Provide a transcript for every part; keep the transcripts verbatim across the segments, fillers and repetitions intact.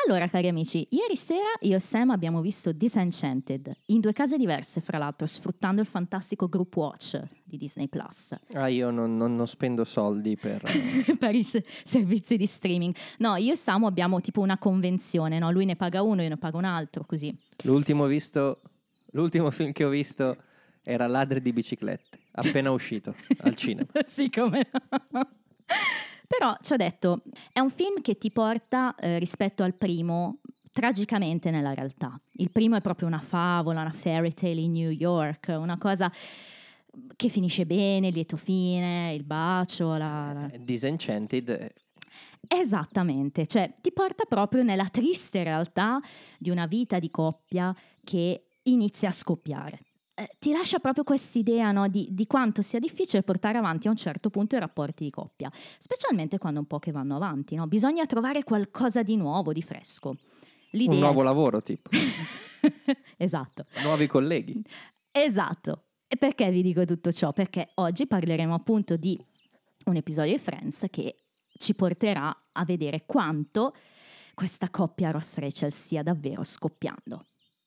Allora, cari amici, ieri sera io e Sam abbiamo visto Disenchanted, in due case diverse, fra l'altro, sfruttando il fantastico Group Watch di Disney Plus. Ah, io non, non, non spendo soldi per... per i s- servizi di streaming. No, io e Samu abbiamo tipo una convenzione, no? Lui ne paga uno, io ne pago un altro, così. L'ultimo visto, l'ultimo film che ho visto era Ladri di biciclette, appena uscito al cinema. Sì, come no. Però ci ho detto, è un film che ti porta eh, rispetto al primo tragicamente nella realtà. Il primo è proprio una favola, una fairy tale in New York, una cosa che finisce bene, il lieto fine, il bacio, la... la... Disenchanted. Esattamente, cioè ti porta proprio nella triste realtà di una vita di coppia che inizia a scoppiare. Eh, ti lascia proprio quest'idea, no, di, di quanto sia difficile portare avanti a un certo punto i rapporti di coppia, specialmente quando un po' che vanno avanti, no? Bisogna trovare qualcosa di nuovo, di fresco. L'idea Un nuovo è... lavoro, tipo. Esatto. Nuovi colleghi. Esatto. E perché vi dico tutto ciò? Perché oggi parleremo appunto di un episodio di Friends che ci porterà a vedere quanto questa coppia Ross Rachel stia davvero scoppiando.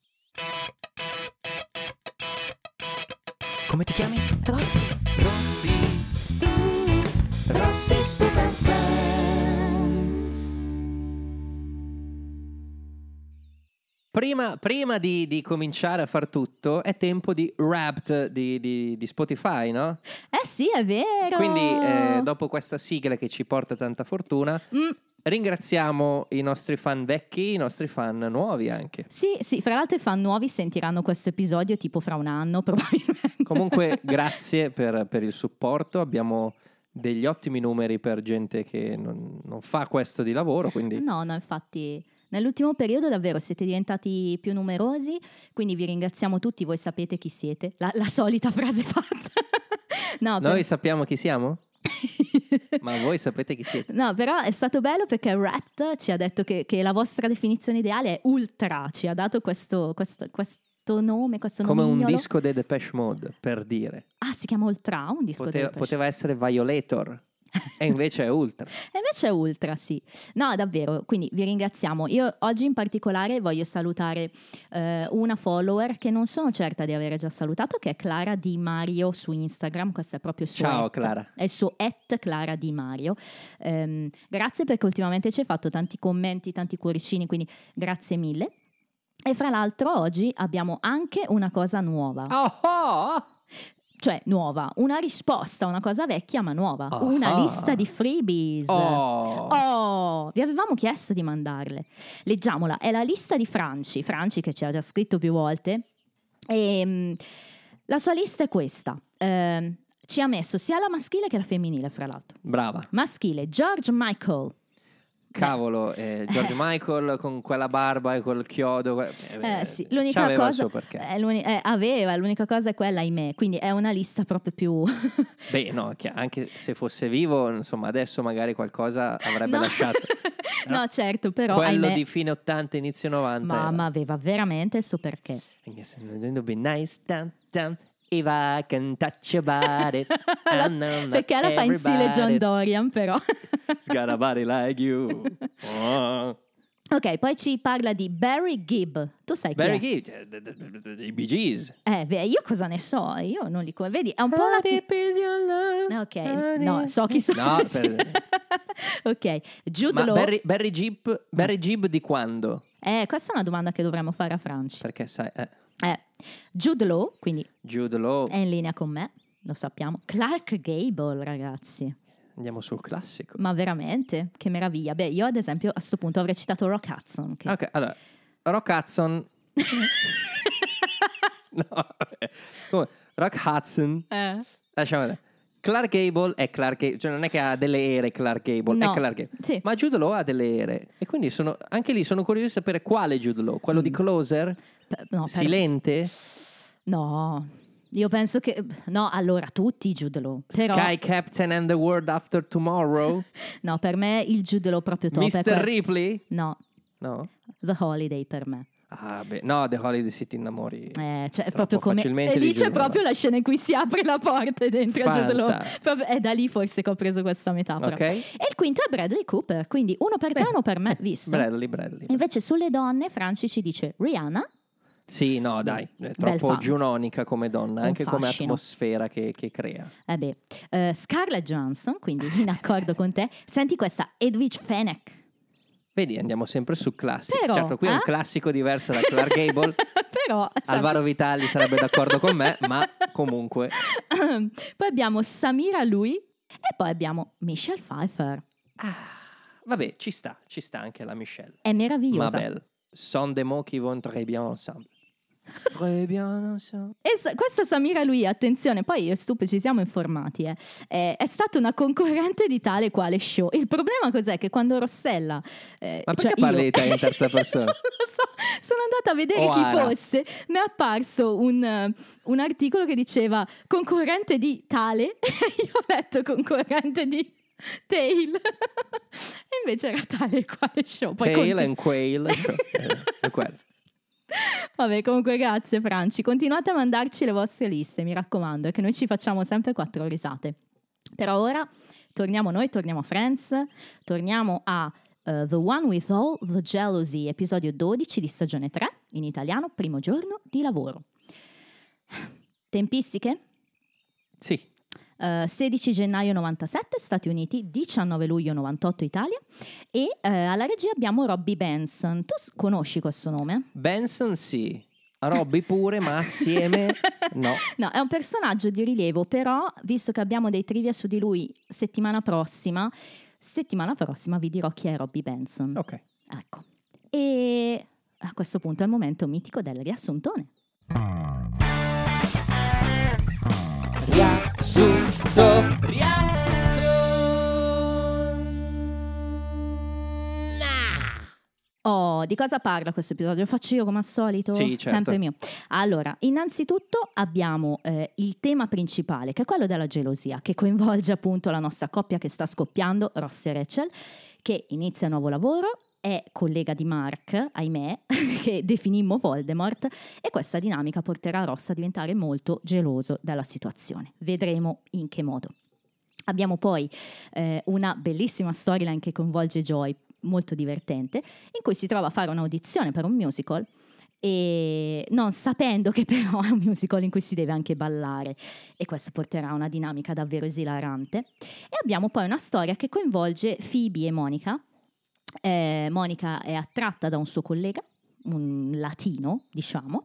Come ti chiami? Rossi. Rossi. Stu. Rossi Stupid Friends. Prima, prima di, di cominciare a far tutto, è tempo di Wrapped di, di, di Spotify, no? Eh sì, è vero. Quindi, eh, dopo questa sigla che ci porta tanta fortuna, Mm. ringraziamo i nostri fan vecchi, i nostri fan nuovi anche. Sì, sì, fra l'altro i fan nuovi sentiranno questo episodio tipo fra un anno probabilmente. Comunque, grazie per, per il supporto. Abbiamo degli ottimi numeri per gente che non, non fa questo di lavoro, quindi... No, no, infatti nell'ultimo periodo davvero siete diventati più numerosi, quindi vi ringraziamo tutti, voi sapete chi siete, la, la solita frase fatta. No, Noi per... sappiamo chi siamo? Ma voi sapete chi siete? No, però è stato bello perché Wrapped ci ha detto che, che la vostra definizione ideale è ultra, ci ha dato questo, questo, questo nome, questo Come nomignolo. un disco dei Depeche Mode, per dire. Ah, si chiama Ultra, un disco Poteva, del poteva essere Violator, e invece è Ultra. E invece è Ultra, sì. No, davvero, quindi vi ringraziamo. Io oggi in particolare voglio salutare eh, una follower che non sono certa di avere già salutato, che è Clara Di Mario su Instagram. Questo è proprio il suo Ciao, at, Clara. è il suo at Clara Di Mario. Ehm, grazie perché ultimamente ci hai fatto tanti commenti, tanti cuoricini, quindi grazie mille. E fra l'altro oggi abbiamo anche una cosa nuova. Oh, oh! Cioè nuova, una risposta a una cosa vecchia ma nuova, Ah. una lista di freebies. Oh. Oh, vi avevamo chiesto di mandarle. Leggiamola, è la lista di Franci, Franci che ci ha già scritto più volte. E, mh, la sua lista è questa. Eh, ci ha messo sia la maschile che la femminile, fra l'altro. Brava. Maschile, George Michael. Cavolo, eh, George Michael con quella barba e col chiodo. Eh, Eh, sì, l'unica c'aveva il cosa suo perché. è l'uni- eh, aveva, l'unica cosa è quella, ahimè, quindi è una lista proprio più Beh, no, chi- anche se fosse vivo, insomma, adesso magari qualcosa avrebbe No. lasciato. No, certo, però Quello ahimè, di fine ottanta, inizio novanta. ma, era- ma aveva veramente il suo perché. I guess I'm gonna be nice, dum, dum, if I can touch your body. La- I know not perché la fa in stile John everybody Dorian, però. It's got a body like you. Oh. Ok, poi ci parla di Barry Gibb. Tu sai chi Very è? good. The- the- the- the- I Bee Gees. Eh, beh, io cosa ne so? Io non li conosco. Vedi, è un po' la... How deep is your love? Ok, How no, deep- so chi sono. No, per- Ok, Jude Ma Law. Barry, Barry Gibb, Barry Gibb di quando? Eh, questa è una domanda che dovremmo fare a Franci. Perché sai, eh, Eh, Jude Law, quindi Jude Law, è in linea con me, lo sappiamo. Clark Gable, ragazzi. andiamo sul classico. Ma veramente? Che meraviglia. Beh, io ad esempio a sto punto avrei citato Rock Hudson. Che... Ok, allora, Rock Hudson. No, vabbè. Comunque, Rock Hudson. Eh. Lasciamo vedere. Clark Gable è Clark Gable, cioè non è che ha delle ere Clark Gable, No, è Clark Gable. sì. Ma Jude Law ha delle ere. E quindi sono, anche lì sono curioso di sapere quale Jude Law. Quello di Closer? Per- no, per- Silente? No, io penso che... No, allora, tutti i Jude Law. Però... Sky Captain and the World After Tomorrow? No, per me il Jude Law proprio top. è mister quel- Ripley? No, No? The Holiday per me. Ah, beh, no, The Holiday City innamori. Eh, cioè, è troppo proprio come. facilmente E lì di c'è giù, proprio no? la scena in cui si apre la porta e dentro Jude Law. Fantastico. Proprio- È da lì forse che ho preso questa metafora. Ok. E il quinto è Bradley Cooper, quindi uno per te, Beh, uno per me, eh, visto? Bradley, Bradley. Invece sulle donne, Franci ci dice Rihanna. Sì, no, dai, è troppo fan. giunonica come donna, Un anche come fascino. atmosfera che, che crea. Eh beh, eh, Scarlett Johansson, quindi in accordo con te. Senti questa, Edwige Fenech. Vedi, andiamo sempre su classici. Però, certo, qui è un eh? classico diverso da Clark Gable. Però, Alvaro Vitali sarebbe d'accordo con me, ma comunque. Poi abbiamo Samira Lui e poi abbiamo Michelle Pfeiffer. Ah, vabbè, ci sta, ci sta anche la Michelle. È meravigliosa. Ma belle. Sont des mots qui vont très bien ensemble. Très bien ensemble. E sa- questa Samira Lui, attenzione, poi io e Stup ci siamo informati, eh. è, è stata una concorrente di tale quale show. Il problema cos'è? Che quando Rossella... eh, Ma perché cioè parli io- di te in terza persona? Non lo so, sono andata a vedere O chi Ara. fosse, mi è apparso un, eh, un articolo che diceva concorrente di tale e io ho letto concorrente di Tail e invece era tale quale show. Poi Tail conti- and Quail. Cioè, eh, è quello. Vabbè, comunque grazie Franci, continuate a mandarci le vostre liste, mi raccomando, è che noi ci facciamo sempre quattro risate. Per ora torniamo noi, torniamo a Friends, torniamo a uh, The One With All The Jealousy, episodio dodici di stagione tre, in italiano, primo giorno di lavoro. Tempistiche? Sì. Uh, sedici gennaio novantasette Stati Uniti, diciannove luglio novantotto Italia e uh, alla regia abbiamo Robbie Benson. Tu s- conosci questo nome? Benson sì. Robbie pure, ma assieme no. No, è un personaggio di rilievo, però visto che abbiamo dei trivia su di lui settimana prossima, settimana prossima vi dirò chi è Robbie Benson. Ok. Ecco. E a questo punto è il momento mitico del riassuntone. Riassunto, riassunto. Oh, di cosa parla questo episodio? Lo faccio io come al solito? Sì, certo. Sempre mio. Allora, innanzitutto abbiamo eh, il tema principale, che è quello della gelosia, che coinvolge appunto la nostra coppia che sta scoppiando, Ross e Rachel, che inizia un nuovo lavoro, è collega di Mark, ahimè, che definimmo Voldemort, e questa dinamica porterà Ross a diventare molto geloso della situazione. Vedremo in che modo. Abbiamo poi eh, una bellissima storyline che coinvolge Joy, molto divertente, in cui si trova a fare un'audizione per un musical e non sapendo che però è un musical in cui si deve anche ballare, e questo porterà a una dinamica davvero esilarante. E abbiamo poi una storia che coinvolge Phoebe e Monica. Eh, Monica è attratta da un suo collega, un latino, diciamo,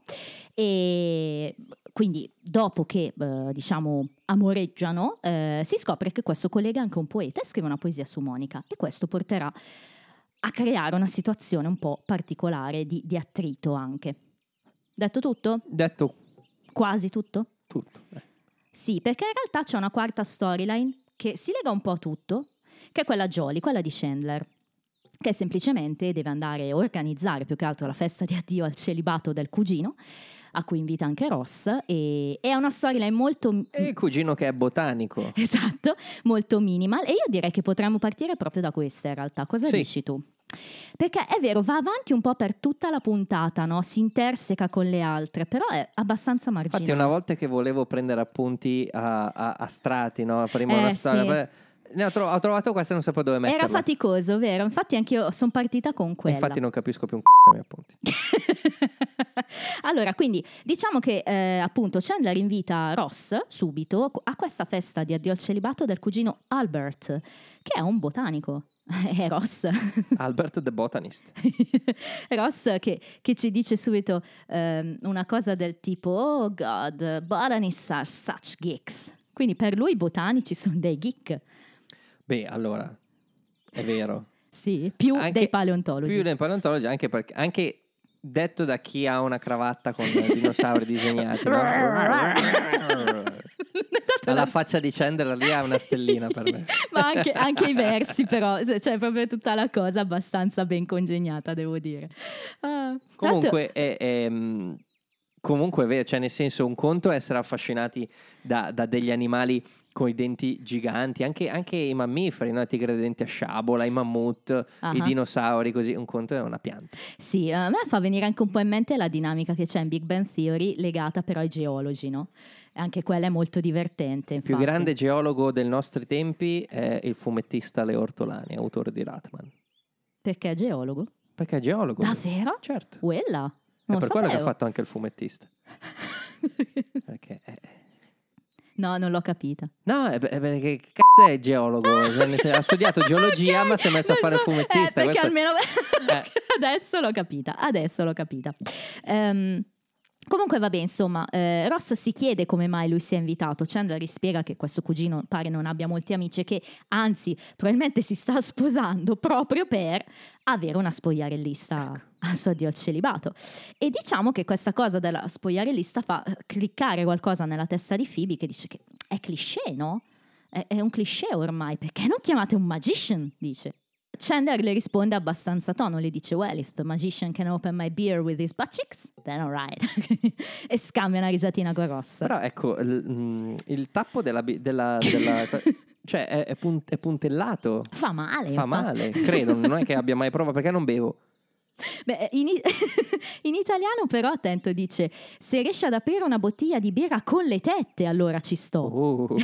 e quindi dopo che eh, diciamo amoreggiano eh, si scopre che questo collega è anche un poeta e scrive una poesia su Monica, e questo porterà a creare una situazione un po' particolare di, di attrito anche. Detto tutto? Detto Quasi tutto? tutto. eh. Sì, perché in realtà c'è una quarta storyline che si lega un po' a tutto, che è quella Jolie, quella di Chandler, che semplicemente deve andare a organizzare più che altro la festa di addio al celibato del cugino, a cui invita anche Ross, e è una storyline molto... E il cugino che è botanico. Esatto, molto minimal, e io direi che potremmo partire proprio da questa in realtà. Cosa Sì. dici tu? Perché è vero, va avanti un po' per tutta la puntata, no? Si interseca con le altre, però è abbastanza marginale. Infatti una volta che volevo prendere appunti a, a, a strati, no? Prima Eh, una storia, sì. poi- ne ho, tro- ho trovato questa e non sapevo dove metterla. Era faticoso, vero? Infatti anch'io sono partita con E quella. infatti non capisco più un c***o dei miei appunti. Allora, quindi diciamo che eh, appunto Chandler invita Ross subito a questa festa di addio al celibato del cugino Albert, che è un botanico. È Ross. Albert the Botanist. Ross che, che ci dice subito ehm, una cosa del tipo oh god, botanists are such geeks. Quindi per lui i botanici sono dei geek. Beh, allora, è vero. Sì, più Anche- dei paleontologi. Più dei paleontologi, anche perché anche detto da chi ha una cravatta con dinosauri disegnati, no? Alla faccia di Chandler lì ha una stellina per me. Ma anche, anche i versi però, cioè proprio tutta la cosa abbastanza ben congegnata, devo dire. Ah, Comunque è, è, mh, comunque è vero, cioè nel senso, un conto è essere affascinati da, da degli animali con i denti giganti, anche, anche i mammiferi, no? I tigri dei denti a sciabola, i mammut, uh-huh. i dinosauri, così, un conto è una pianta. Sì, a me fa venire anche un po' in mente la dinamica che c'è in Big Bang Theory legata però ai geologi, no? Anche quella è molto divertente. Il più grande geologo dei nostri tempi è il fumettista Leo Ortolani, autore di Ratman. Perché è geologo? Perché è geologo. Davvero? Certo. Quella? Non è per sapevo. quello che ha fatto anche il fumettista. Perché è... No, non l'ho capita. No, è perché che cazzo è geologo? Ha studiato geologia, okay, ma si è messo a fare so, fumettista. Eh, perché questo... almeno eh. adesso l'ho capita. Adesso l'ho capita. Um, Comunque vabbè, insomma, eh, Ross si chiede come mai lui sia invitato. Chandler gli spiega che questo cugino pare non abbia molti amici e che anzi probabilmente si sta sposando proprio per avere una spogliarellista ecco. al suo addio al celibato. E diciamo che questa cosa della spogliarellista fa cliccare qualcosa nella testa di Phoebe, che dice che è cliché, no? È, è un cliché ormai, perché non chiamate un magician, dice. Chandler le risponde abbastanza tono, le dice well, if the magician can open my beer with his butt cheeks, then alright. E scambia una risatina con Ross. Però ecco, il, il tappo della... della, della cioè è, è, punt, è puntellato. Fa male. Fa male, credo, non è che abbia mai provato, perché non bevo. Beh, in, in italiano però attento, dice se riesci ad aprire una bottiglia di birra con le tette allora ci sto. uh.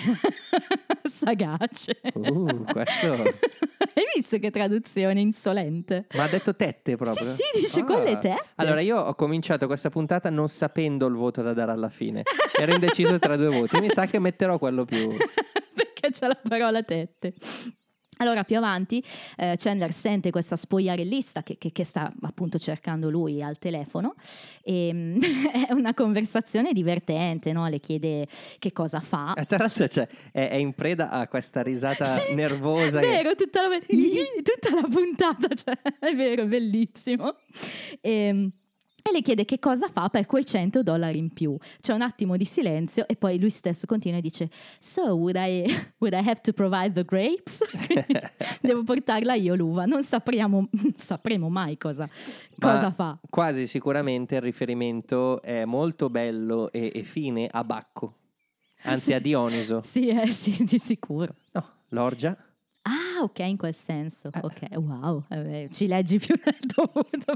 Sagace. uh, questo... Hai visto che traduzione insolente? Ma ha detto tette proprio? Sì, sì, dice ah. con le tette. Allora io ho cominciato questa puntata non sapendo il voto da dare alla fine. Ero indeciso tra due voti. Mi sa che metterò quello più... Perché c'è la parola tette. Allora più avanti eh, Chandler sente questa spogliarellista che, che, che sta appunto cercando lui al telefono e è una conversazione divertente, no? Le chiede che cosa fa. E tra l'altro cioè, è, è in preda a questa risata sì, nervosa. È vero, che... tutta, la... tutta la puntata, cioè, è vero, bellissimo. E... E le chiede che cosa fa per quei cento dollari in più. C'è un attimo di silenzio e poi lui stesso continua e dice so would I, would I have to provide the grapes? Devo portarla io l'uva. Non sapriamo, non sapremo mai cosa, cosa fa. Quasi sicuramente il riferimento è molto bello e, e fine a Bacco, anzi sì. a Dioniso. Sì, eh, sì, di sicuro. No, l'orgia. Ah, ok, in quel senso. Eh. Ok, wow, eh, ci leggi più del dovuto.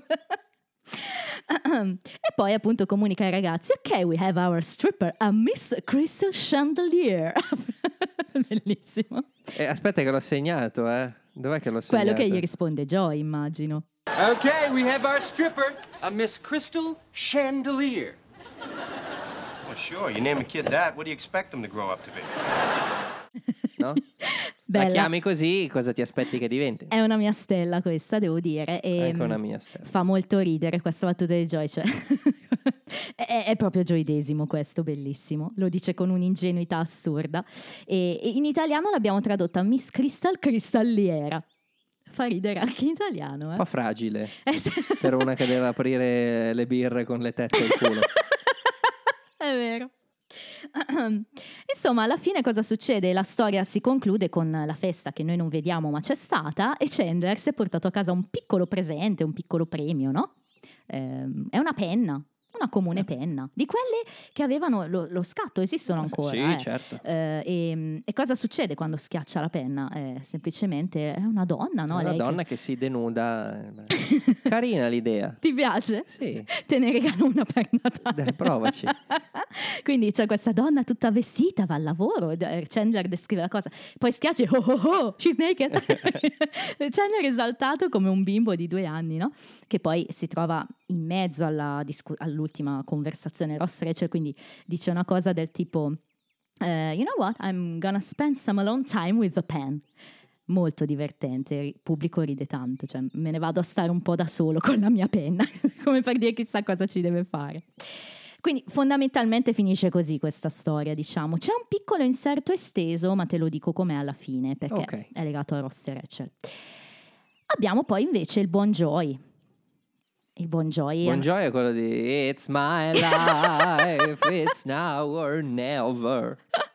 E poi appunto comunica ai ragazzi ok, we have our stripper, a Miss Crystal Chandelier. Bellissimo. Eh, aspetta che l'ho segnato, eh. Dov'è che l'ho segnato? Quello che gli risponde Joy, immagino. Ok, we have our stripper, a Miss Crystal Chandelier. Well, sure, you name a kid that, what do you expect them to grow up to be? No? Bella. La chiami così, cosa ti aspetti che diventi? È una mia stella questa, devo dire. E Anche una mia stella. Fa molto ridere questa battuta di Joy, cioè è, è proprio gioidesimo questo, bellissimo. Lo dice con un'ingenuità assurda. E, e in italiano l'abbiamo tradotta Miss Crystal Cristalliera. Fa ridere anche in italiano, eh? Un po' fragile Eh, sì. per una che deve aprire le birre con le tette al culo. È vero. Insomma, alla fine cosa succede? La storia si conclude con la festa che noi non vediamo ma c'è stata e Chandler si è portato a casa un piccolo presente, un piccolo premio, no? Ehm, è una penna, una comune penna, di quelle che avevano lo, lo scatto, esistono ancora. Sì, eh. certo. Eh, e, e cosa succede quando schiaccia la penna? Eh, semplicemente è una donna, no? Una Lei donna che... che si denuda. Carina l'idea. Ti piace? Sì. Te ne regalo una per Natale. Dai, provaci. Quindi c'è questa donna tutta vestita, va al lavoro, Chandler descrive la cosa, poi schiaccia e oh oh oh, she's naked. Chandler è esaltato come un bimbo di due anni, no? Che poi si trova in mezzo alla discu- all'ultima conversazione Ross Rachel, quindi dice una cosa del tipo uh, you know what, I'm gonna spend some alone time with the pen. Molto divertente, il pubblico ride tanto, cioè me ne vado a stare un po' da solo con la mia penna, come per dire chissà cosa ci deve fare. Quindi fondamentalmente finisce così questa storia, diciamo. C'è un piccolo inserto esteso, ma te lo dico com'è alla fine, perché okay. è legato a Ross e Rachel. Abbiamo poi invece il buon Joy. Il buon Joy. Buon Joy è quello di It's my life, it's now or never.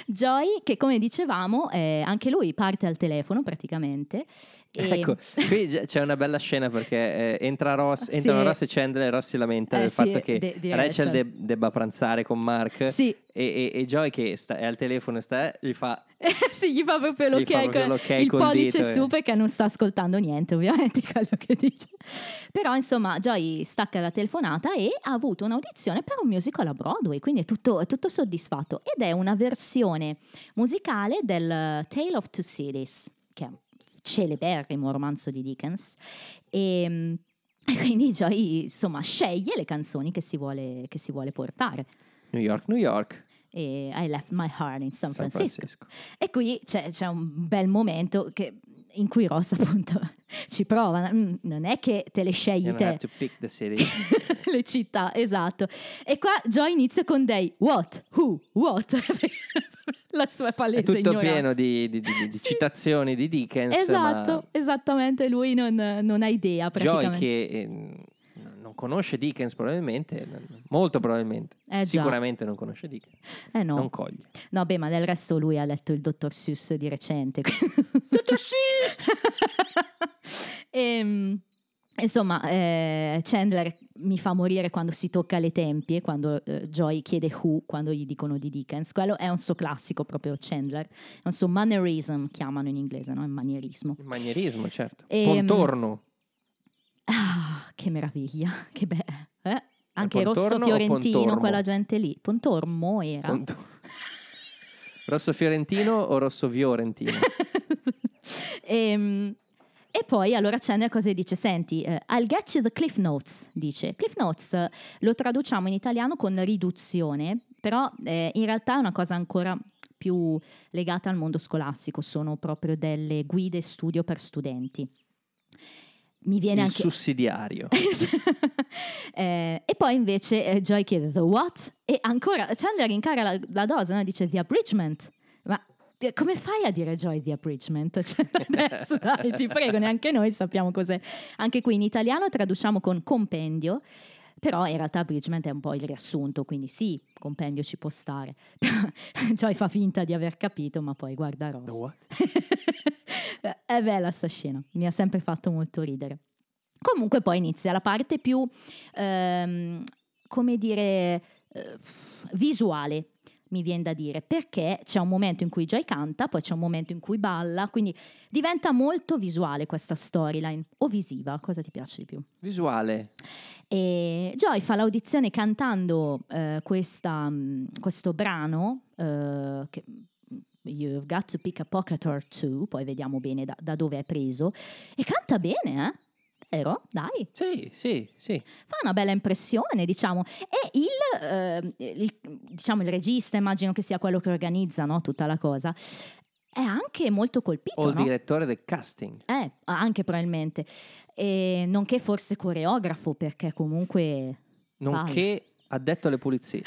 Joy, che come dicevamo, eh, anche lui parte al telefono praticamente. E... Ecco, qui c'è una bella scena perché eh, entra Ross, Sì. entrano Ross e Chandler e Ross si lamenta Eh, del sì, fatto che de- di Rachel Rachel. de- debba pranzare con Mark Sì. e, e- e Joy che sta, è al telefono e sta, gli fa sì, gli fa proprio l'ok, Gli fa proprio l'ok il col pollice dito, su eh. perché non sta ascoltando niente, ovviamente, quello che dice. Però, insomma, Joy stacca la telefonata e ha avuto un'audizione per un musical a Broadway, quindi è tutto, è tutto soddisfatto. Ed è una versione musicale del Tale of Two Cities, che è un celeberrimo romanzo di Dickens. E, e quindi Joy, insomma, sceglie le canzoni che si vuole, che si vuole portare. New York, New York, E I left my heart in San San Francisco. Francisco. E qui c'è, c'è un bel momento che, in cui Ross appunto ci prova. Mm, non è che te le scegli You don't te have to pick the city. le città, esatto. E qua Joy inizia con dei what, who, what. La sua È palese tutto ignoranza. pieno di, di- di- di Sì. citazioni di Dickens. Esatto, ma esattamente. Lui non, non ha idea Joy praticamente. che eh, non conosce Dickens probabilmente, molto probabilmente, Eh, già. sicuramente non conosce Dickens, Eh no. non coglie. No, beh, ma del resto lui ha letto il dottor Seuss di recente. Dottor Seuss! e, insomma, eh, Chandler mi fa morire quando si tocca le tempie, quando eh, Joy chiede who, quando gli dicono di Dickens. Quello è un suo classico, proprio Chandler. È un suo mannerism, chiamano in inglese, no? Il manierismo. Il manierismo, certo. Ehm, Contorno. Ah, che meraviglia, che bello. Eh? Anche Pontorno Rosso o Fiorentino, Pontormo? quella gente lì. Pontormo era. Contor- Rosso fiorentino o rosso fiorentino? e, e poi allora Chandler cosa dice? Senti, eh, I'll get you the Cliff Notes, dice. Cliff Notes eh, lo traduciamo in italiano con riduzione, però eh, in realtà è una cosa ancora più legata al mondo scolastico, sono proprio delle guide studio per studenti. Mi viene Il anche... sussidiario. eh, e poi invece eh, Joy chiede the what? E ancora Chandler incara la, la dose, no? Dice the abridgment. Ma eh, come fai a dire Joy the abridgment? Cioè, adesso dai, ti prego, neanche noi sappiamo cos'è. Anche qui in italiano traduciamo con compendio, però in realtà abridgment è un po' il riassunto, quindi sì, compendio ci può stare. Joy fa finta di aver capito, ma poi guarda Ross. The what? È bella sta scena, mi ha sempre fatto molto ridere. Comunque poi inizia la parte più, ehm, come dire, eh, visuale, mi viene da dire, perché c'è un momento in cui Joy canta, poi c'è un momento in cui balla, quindi diventa molto visuale questa storyline, o visiva, cosa ti piace di più? Visuale. E Joy fa l'audizione cantando eh, questa, mh, questo brano eh, che You've got to pick a pocket or two, poi vediamo bene da, da dove è preso, e canta bene, eh? Vero? Dai. Sì, sì, sì. Fa una bella impressione, diciamo. E il, eh, il, diciamo, il regista, immagino che sia quello che organizza, no, tutta la cosa, è anche molto colpito, O il no? direttore del casting. Eh, anche probabilmente. E nonché forse coreografo, perché comunque... Nonché addetto alle pulizie.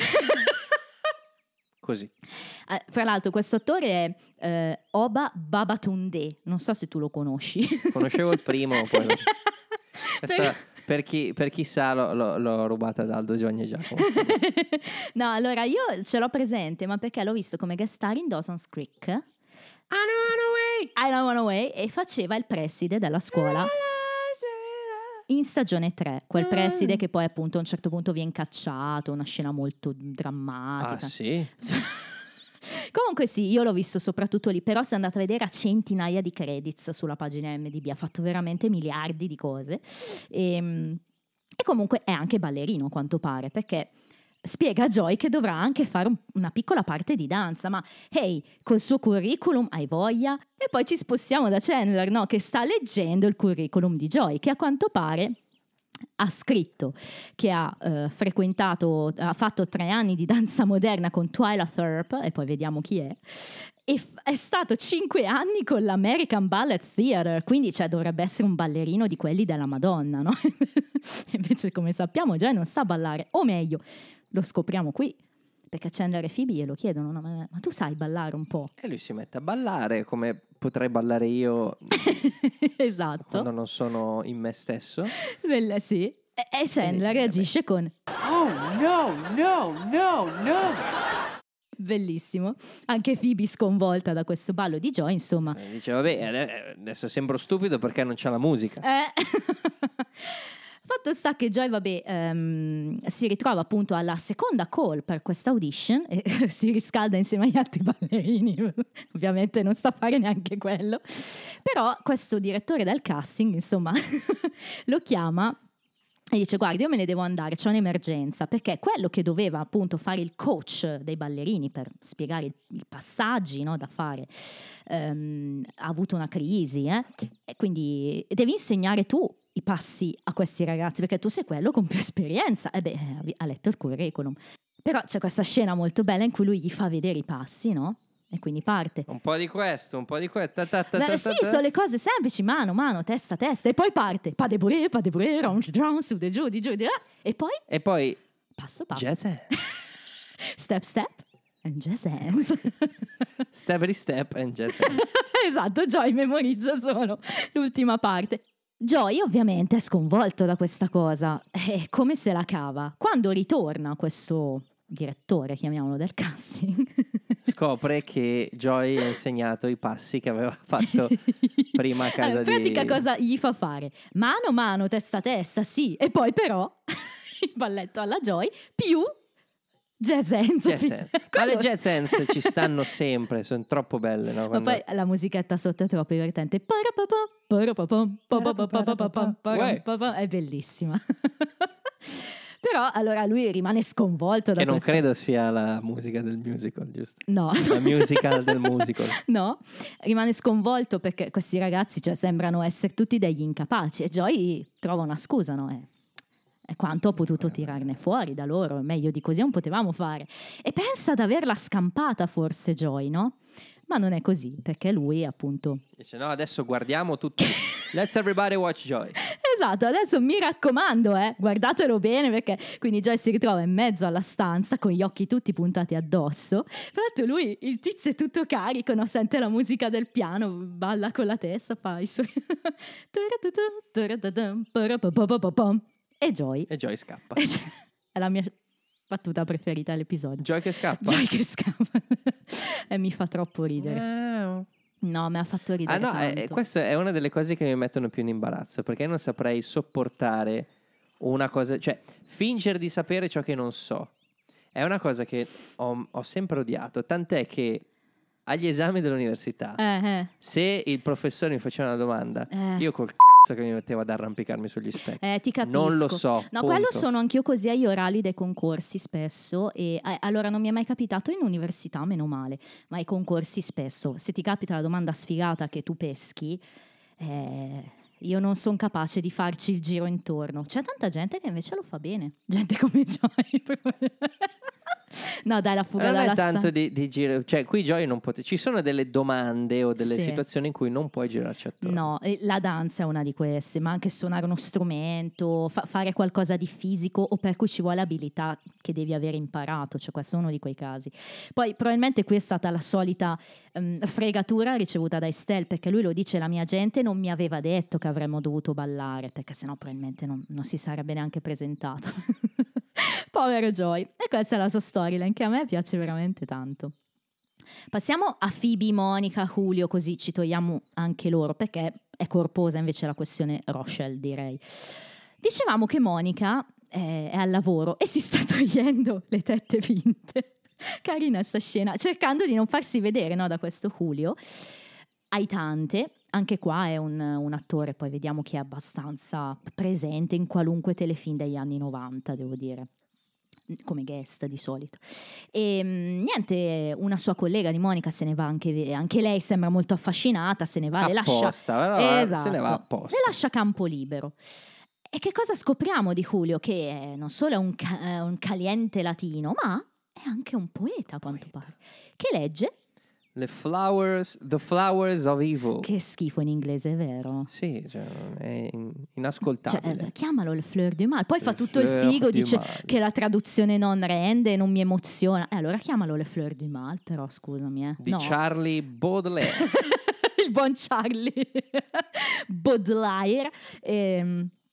Così. Eh, fra l'altro questo attore è eh, Oba Babatunde, non so se tu lo conosci. Conoscevo il primo, poi... Questa, Per- per, chi, per chi sa, l'ho, l'ho, l'ho rubata da Aldo Giovanni e Giacomo. No, allora io ce l'ho presente, ma perché l'ho visto come guest star in Dawson's Creek. I don't wanna wait. I don't wanna wait. E faceva il preside della scuola in stagione tre, quel preside che poi appunto a un certo punto viene cacciato, una scena molto drammatica. Ah, sì? Comunque sì, io l'ho visto soprattutto lì, però se andate a vedere ha centinaia di credits sulla pagina M D B, ha fatto veramente miliardi di cose e, e comunque è anche ballerino a quanto pare, perché spiega a Joy che dovrà anche fare un, una piccola parte di danza, ma hey, col suo curriculum hai voglia? E poi ci spostiamo da Chandler, no, che sta leggendo il curriculum di Joy, che a quanto pare ha scritto che ha eh, frequentato, ha fatto tre anni di danza moderna con Twyla Tharp, e poi vediamo chi è, e f- è stato cinque anni con l'American Ballet Theatre, quindi cioè, dovrebbe essere un ballerino di quelli della Madonna, no? Invece come sappiamo Joy non sa ballare, o meglio, lo scopriamo qui, perché Chandler e Phoebe glielo chiedono, no, ma, ma tu sai ballare un po'? E lui si mette a ballare come potrei ballare io Esatto. quando non sono in me stesso. Bella, sì. E, e Chandler sì, reagisce con Oh, no, no, no, no. Bellissimo. Anche Phoebe sconvolta da questo ballo di Joy, insomma. Eh, Dice, vabbè, adesso sembro stupido perché non c'è la musica. Eh. Fatto sta che Joy, vabbè, ehm, si ritrova appunto alla seconda call per questa audition e si riscalda insieme agli altri ballerini. Ovviamente non sta a fare neanche quello. Però questo direttore del casting, insomma, lo chiama e dice: guarda, io me ne devo andare, c'è un'emergenza, perché quello che doveva appunto fare il coach dei ballerini per spiegare i passaggi, no, da fare ehm, ha avuto una crisi, eh? E quindi devi insegnare tu i passi a questi ragazzi, perché tu sei quello con più esperienza. E beh, ha letto il curriculum. Però c'è questa scena molto bella in cui lui gli fa vedere i passi, no? E quindi parte. Un po' di questo, un po' di questo. Ta, ta, ta, Beh, ta, sì, ta. sono le cose semplici, mano, mano, testa, testa, e poi parte. Pas de bruit, pas de bruit, round, round, su, di giù, di giù, di là. E poi, E poi passo, passo. jazz hands. Step, step, and jazz hands. Step by step and jazz hands. Esatto, Joy memorizza solo l'ultima parte. Joy ovviamente è sconvolto da questa cosa. È come se la cava. Quando ritorna questo direttore, chiamiamolo, del casting, Scopre che Joy ha insegnato i passi che aveva fatto prima a casa allora, in pratica di... cosa gli fa fare? Mano, mano, testa, testa, sì. E poi però il balletto alla Joy più jazz hands. Jazz hands. Ma Quello- le jazz hands ci stanno sempre, sono troppo belle, no? Ma Quando- poi la musichetta sotto è troppo divertente. Parapapà, parapapà, papapapapapà, parapapà. È bellissima. Però allora lui rimane sconvolto da Che non questa- credo sia la musica del musical, giusto? No. La musical del musical. No, rimane sconvolto perché questi ragazzi, cioè, sembrano essere tutti degli incapaci e Joy trova una scusa, no? E, e quanto ho potuto tirarne fuori da loro, meglio di così non potevamo fare. E pensa ad averla scampata forse Joy, no? Ma non è così, perché lui appunto... Dice, no, adesso guardiamo tutti. Let's everybody watch Joy. Esatto, adesso mi raccomando, eh, guardatelo bene, perché quindi Joy si ritrova in mezzo alla stanza con gli occhi tutti puntati addosso. Tra l'altro lui, il tizio è tutto carico, no? Sente la musica del piano, balla con la testa, fa i suoi... E Joy... E Joy scappa. È la mia battuta preferita dell'episodio. Joy che scappa. Joy che scappa. E mi fa troppo ridere. Eh, No, mi ha fatto Ah ridere no, tanto. eh, questa è una delle cose che mi mettono più in imbarazzo, perché io non saprei sopportare una cosa, cioè fingere di sapere ciò che non so. È una cosa che ho, ho sempre odiato, tant'è che agli esami dell'università, Eh, eh. se il professore mi faceva una domanda, Eh. io col c***o che mi mettevo ad arrampicarmi sugli specchi. Eh, ti capisco. Non lo so, No, punto. quello sono anch'io così agli orali dei concorsi spesso. E eh, allora non mi è mai capitato in università, meno male, ma ai concorsi spesso. Se ti capita la domanda sfigata che tu peschi, eh, io non sono capace di farci il giro intorno. C'è tanta gente che invece lo fa bene. Gente come Joy. No, dai, la fuga non dalla è tanto sta- di, di giro, cioè qui Joy non pote- ci sono delle domande o delle Sì. situazioni in cui non puoi girarci attorno. No, e la danza è una di queste, ma anche suonare uno strumento, fa- fare qualcosa di fisico o per cui ci vuole abilità che devi aver imparato, cioè questo è uno di quei casi. Poi probabilmente qui è stata la solita ehm, fregatura ricevuta da Estelle, perché lui lo dice: la mia gente non mi aveva detto che avremmo dovuto ballare, perché sennò probabilmente non, non si sarebbe neanche presentato. Povero Joy. E questa è la sua storyline che a me piace veramente tanto. Passiamo a Phoebe, Monica, Julio, così ci togliamo anche loro, perché è corposa invece la questione Rochelle, direi. Dicevamo che Monica è, è al lavoro e si sta togliendo le tette finte. Carina sta scena, cercando di non farsi vedere, no, da questo Julio. Aitante, anche qua è un, un attore, poi vediamo che è abbastanza presente in qualunque telefilm degli anni novanta, devo dire, come guest di solito. E mh, niente, una sua collega di Monica se ne va anche, anche lei sembra molto affascinata, se ne va, le lascia, Apposta, no, esatto, se ne va apposta. le lascia campo libero. E che cosa scopriamo di Julio? Che è, non solo è un, ca- è un caliente latino, ma è anche un poeta, a quanto pare, che legge. Le flowers, the flowers of evil. Che schifo in inglese, è vero? Sì, cioè, è in- Cioè, inascoltabile. eh, chiamalo le fleur du mal. Poi Le fa tutto il fleur figo, du dice mal. che la traduzione non rende, non mi emoziona. E allora chiamalo le fleur du mal, però scusami, eh. Di No. Charlie Baudelaire. Il buon Charlie Baudelaire. Ehm,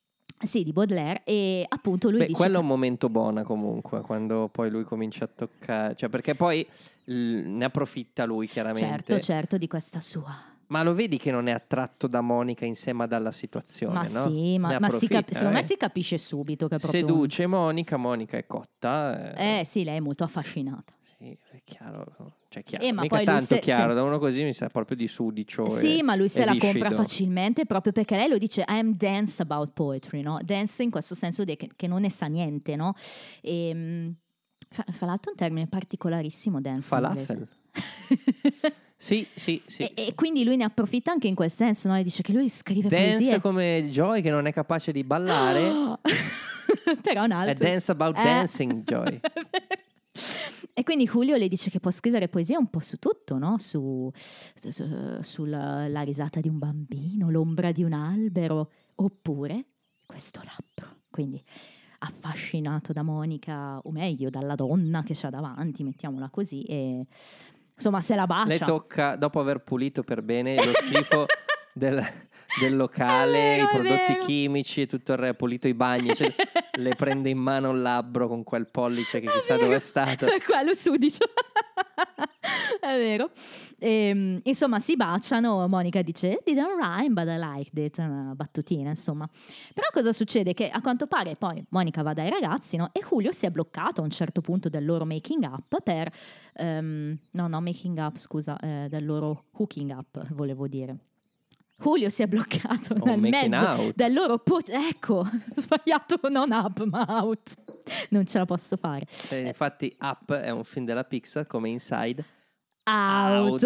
Sì, di Baudelaire, e appunto lui Beh, dice quello è che- un momento buono comunque, quando poi lui comincia a toccare, cioè perché poi l- ne approfitta lui chiaramente. certo, certo, di questa sua. Ma lo vedi che non è attratto da Monica insieme ma dalla situazione, Ma no? sì, ma, Ne ma si cap- approfitta, secondo me eh. si capisce subito che è proprio un- Seduce Monica, Monica è cotta. Eh, Eh sì, lei è molto affascinata. sì, è chiaro, no? Cioè chiaro. Eh, ma Mica poi lui tanto se- chiaro, se- da uno così mi sa proprio di sudicio. Sì, e- ma lui se e la compra viscido. facilmente proprio perché lei lo dice I'm dense about poetry, no? Dense in questo senso di che, che non ne sa niente, no? E, mh, fra, fra l'altro un termine particolarissimo, dense in Falafel. inglese. Sì, sì, sì. e, sì. e quindi lui ne approfitta anche in quel senso, no? E dice che lui scrive Dance poesie. come Joy che non è capace di ballare. Però un altro. È dance about Eh. dancing, Joy. E quindi Julio le dice che può scrivere poesia un po' su tutto, no? Su, su- sulla la risata di un bambino, l'ombra di un albero, oppure questo labbro. Quindi affascinato da Monica, o meglio dalla donna che c'ha davanti, mettiamola così, e insomma se la bacia. Le tocca, dopo aver pulito per bene lo schifo del, del locale, È vero, i è prodotti vero. chimici e tutto il re, pulito i bagni, cioè, le prende in mano il labbro con quel pollice che chissà dove è stato. Quello sudicio. È vero. Ehm, insomma, si baciano. Monica dice didn't rhyme, but I liked it. Una battutina, insomma. Però cosa succede? Che a quanto pare poi Monica va dai ragazzi, no? E Julio si è bloccato a un certo punto del loro making up per ehm, no, no, making up, scusa, eh, del loro hooking up, volevo dire. Julio si è bloccato O nel making mezzo out. del loro po- ecco, ho sbagliato, non up ma out. Non ce la posso fare. Eh, infatti Up è un film della Pixar come Inside. Out. Out.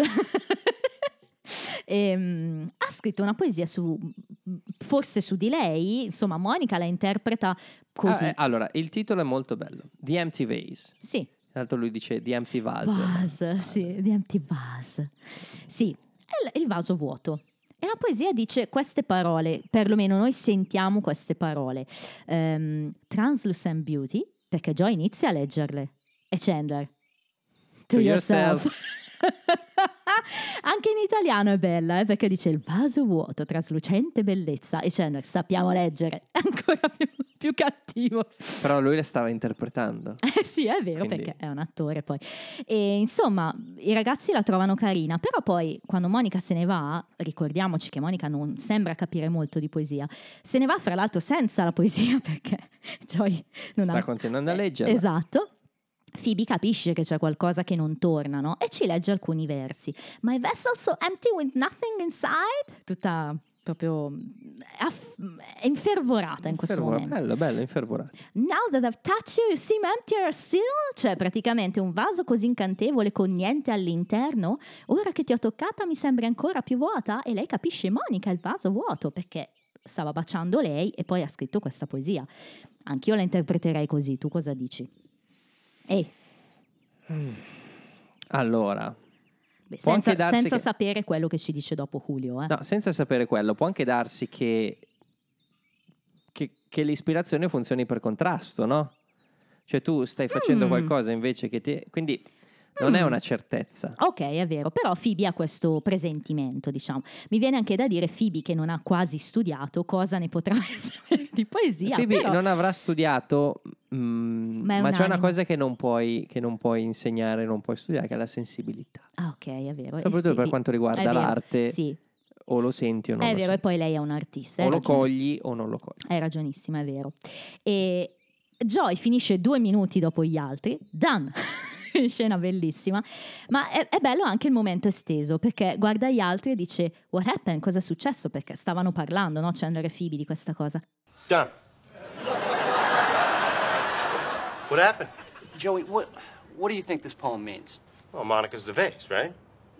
Ehm, ha scritto una poesia su, forse su di lei, insomma Monica la interpreta così. Ah, eh, allora, il titolo è molto bello. The Empty Vase. Sì, Tra l'altro lui dice The Empty Vase. vase, sì, the empty vase. Sì, è il, il vaso vuoto. E la poesia dice queste parole, perlomeno noi sentiamo queste parole. Ehm, Translucent Beauty, perché Joy inizia a leggerle. E Chandler. To yourself. Anche in italiano è bella, eh, perché dice il vaso vuoto, traslucente bellezza. E Chandler, sappiamo leggere, è ancora più, più cattivo. Però lui la stava interpretando. Eh sì, è vero, Quindi- perché è un attore poi. E insomma, i ragazzi la trovano carina, però poi quando Monica se ne va, ricordiamoci che Monica non sembra capire molto di poesia, se ne va fra l'altro senza la poesia perché Joy non Sta ha... continuando a Eh, leggerla. Esatto. Phoebe capisce che c'è qualcosa che non torna, no? E ci legge alcuni versi. My vessel so empty with nothing inside. Tutta proprio aff- è infervorata in questo Infervora- momento. Bello, bello, infervorato. Now that I've touched you, you seem emptier still. Cioè, praticamente un vaso così incantevole con niente all'interno. Ora che ti ho toccata mi sembri ancora più vuota. E lei capisce, Monica, il vaso vuoto, perché stava baciando lei e poi ha scritto questa poesia. Anch'io la interpreterei così. Tu cosa dici? Ehi, Allora, beh, Può senza, anche darsi senza che- sapere quello che ci dice dopo Julio. Eh. no, senza sapere quello, può anche darsi che, che, che l'ispirazione funzioni per contrasto, no? Cioè tu stai facendo Mm. qualcosa invece che ti... Quindi non è una certezza. Ok, è vero, però Phoebe ha questo presentimento, diciamo. Mi viene anche da dire Phoebe che non ha quasi studiato, cosa ne potrà sapere di poesia. Phoebe però... non avrà studiato, mm, Ma è ma c'è una un'anima. cosa che non puoi, che non puoi insegnare, non puoi studiare, che è la sensibilità. Ah, ok, è vero. E Soprattutto per Phoebe- quanto è riguarda vero, l'arte, Sì, o lo senti o non è lo vero, e senti. poi lei è un'artista. O hai lo ragione. cogli o non lo cogli. Hai ragionissima, è vero. E Joy finisce due minuti dopo gli altri. Done! Scena bellissima. Ma è, è bello anche il momento esteso, perché guarda gli altri e dice What happened? Cosa è successo? Perché stavano parlando, no? Chandler e Phoebe di questa cosa. Done. What happened? Joey, what, what do you think this poem means? Well, Monica's the vase, right?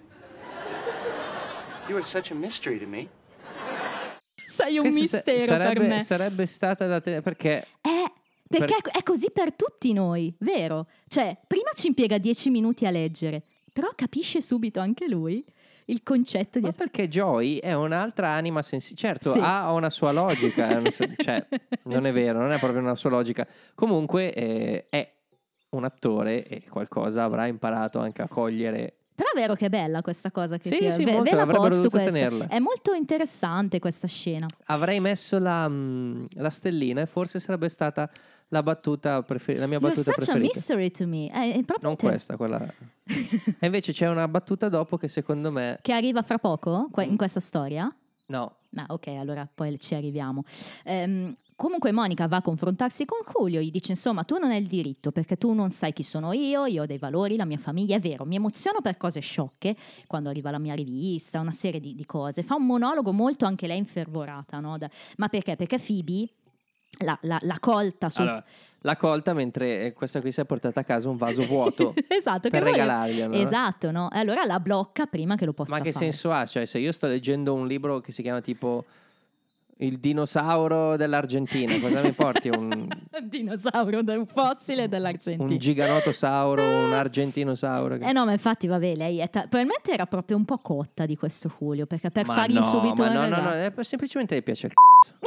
You are such a mystery to me. Sei un Questo sa- mistero sarebbe, per me. sarebbe stata da te, perché Eh, perché Per- è così per tutti noi, vero? Cioè, prima ci impiega dieci minuti a leggere, però capisce subito anche lui il concetto di... ma perché Joy è un'altra anima sensibile. Certo, Sì. ha una sua logica, è una sua- cioè, non è Sì. vero, non è proprio una sua logica. Comunque eh, è un attore e qualcosa avrà imparato anche a cogliere Però è vero che è bella questa cosa che Sì, ti... sì, ve, molto, ve la avrebbero posto dovuto questa. tenerla. È molto interessante questa scena. Avrei messo la, mm, la stellina e forse sarebbe stata la battuta prefer- la mia You're battuta such a preferita. mystery to me. È, è proprio Non inter- questa, quella. E invece c'è una battuta dopo che secondo me Che arriva fra poco que- in questa storia? no. Ah, ok, allora poi ci arriviamo. Ehm, comunque Monica va a confrontarsi con Julio, gli dice insomma tu non hai il diritto perché tu non sai chi sono io, io ho dei valori, la mia famiglia, è vero, mi emoziono per cose sciocche, quando arriva la mia rivista, una serie di, di cose, fa un monologo molto anche lei infervorata, no? Da- ma perché? Perché Phoebe la, la, la colta sul... Allora, la colta mentre eh, questa qui si è portata a casa un vaso vuoto esatto, per che vuole- regalarglielo. no? Esatto, no? E allora la blocca prima che lo possa Ma che fare. senso ha? Cioè, se io sto leggendo un libro che si chiama tipo Il dinosauro dell'Argentina, cosa mi porti? Un, Dinosauro, un fossile dell'Argentina. un giganotosauro, un argentinosauro? Eh no, ma infatti, vabbè, lei è ta- probabilmente era proprio un po' cotta di questo Julio, perché per Ma fargli no, subito ma un no, no, regalo- no, eh, semplicemente le piace il cazzo.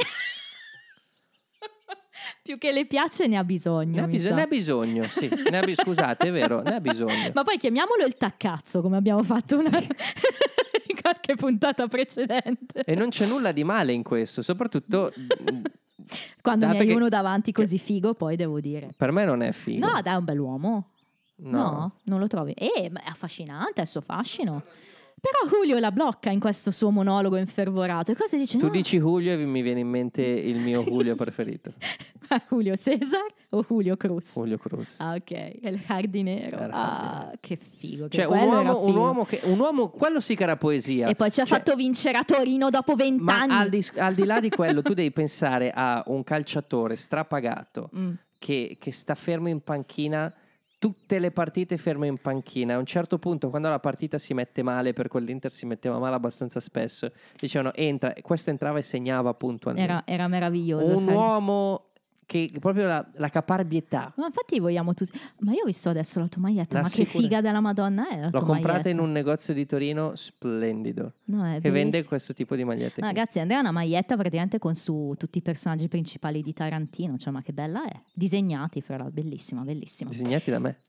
più che le piace ne ha bisogno. Ne ha, mi bis- sa. ne ha bisogno, sì. Ne ha bi- scusate, è vero, ne ha bisogno. Ma poi chiamiamolo il taccazzo, come abbiamo fatto una... in qualche puntata precedente. E non c'è nulla di male in questo, soprattutto Quando ne dato hai che- uno davanti così figo, poi devo dire. per me non è figo. No, dai, è un bell'uomo. No. No, non lo trovi? Eh, ma è affascinante, è il suo fascino. Però Julio la blocca in questo suo monologo infervorato e cosa dice? Tu no. dici Julio e mi viene in mente il mio Julio preferito, Ma Julio Cesar o Julio Cruz? Julio Cruz. Ah, ok, è il giardiniero. Era Ah, che figo. Che Cioè un quello era uomo, un figo. uomo che un uomo, quello sì che era poesia. E poi ci ha Cioè, fatto vincere a Torino dopo ma vent'anni. al di, al di là di quello, tu devi pensare a un calciatore strapagato Mm. che, che sta fermo in panchina tutte le partite, fermo in panchina. A un certo punto, quando la partita si mette male, per quell'Inter si metteva male abbastanza spesso, dicevano entra, e questo entrava e segnava puntualmente. Era, era meraviglioso. Un uomo che proprio la, la caparbietà. Ma infatti vogliamo tutti. Ma io ho visto adesso la tua maglietta. La ma che sicura- figa della Madonna è la L'ho tua comprata maglietta. in un negozio di Torino splendido No, è che vende bellissimo. questo tipo di magliette. No, qui. ragazzi, Andrea ha una maglietta praticamente con su tutti i personaggi principali di Tarantino. Cioè, ma che bella è. Disegnati, fra l'altro. Bellissima, bellissima. Disegnati da me.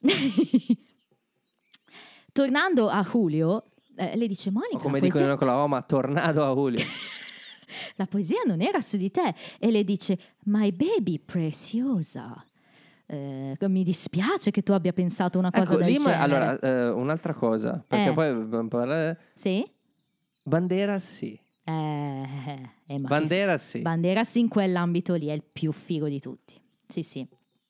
Tornando a Julio, eh, le dice Monica, O come la, dicono poesia, con la Oma, tornado a Julio. la poesia non era su di te. E le dice, my baby preciosa. Eh, mi dispiace che tu abbia pensato una cosa Ecco, del lì ma- genere. allora, eh, un'altra cosa, perché Eh. poi dobbiamo parlare- Sì? Bandera sì. Eh, eh, eh, ma che Bandera sì. Banderas in quell'ambito lì è il più figo di tutti. Sì, sì.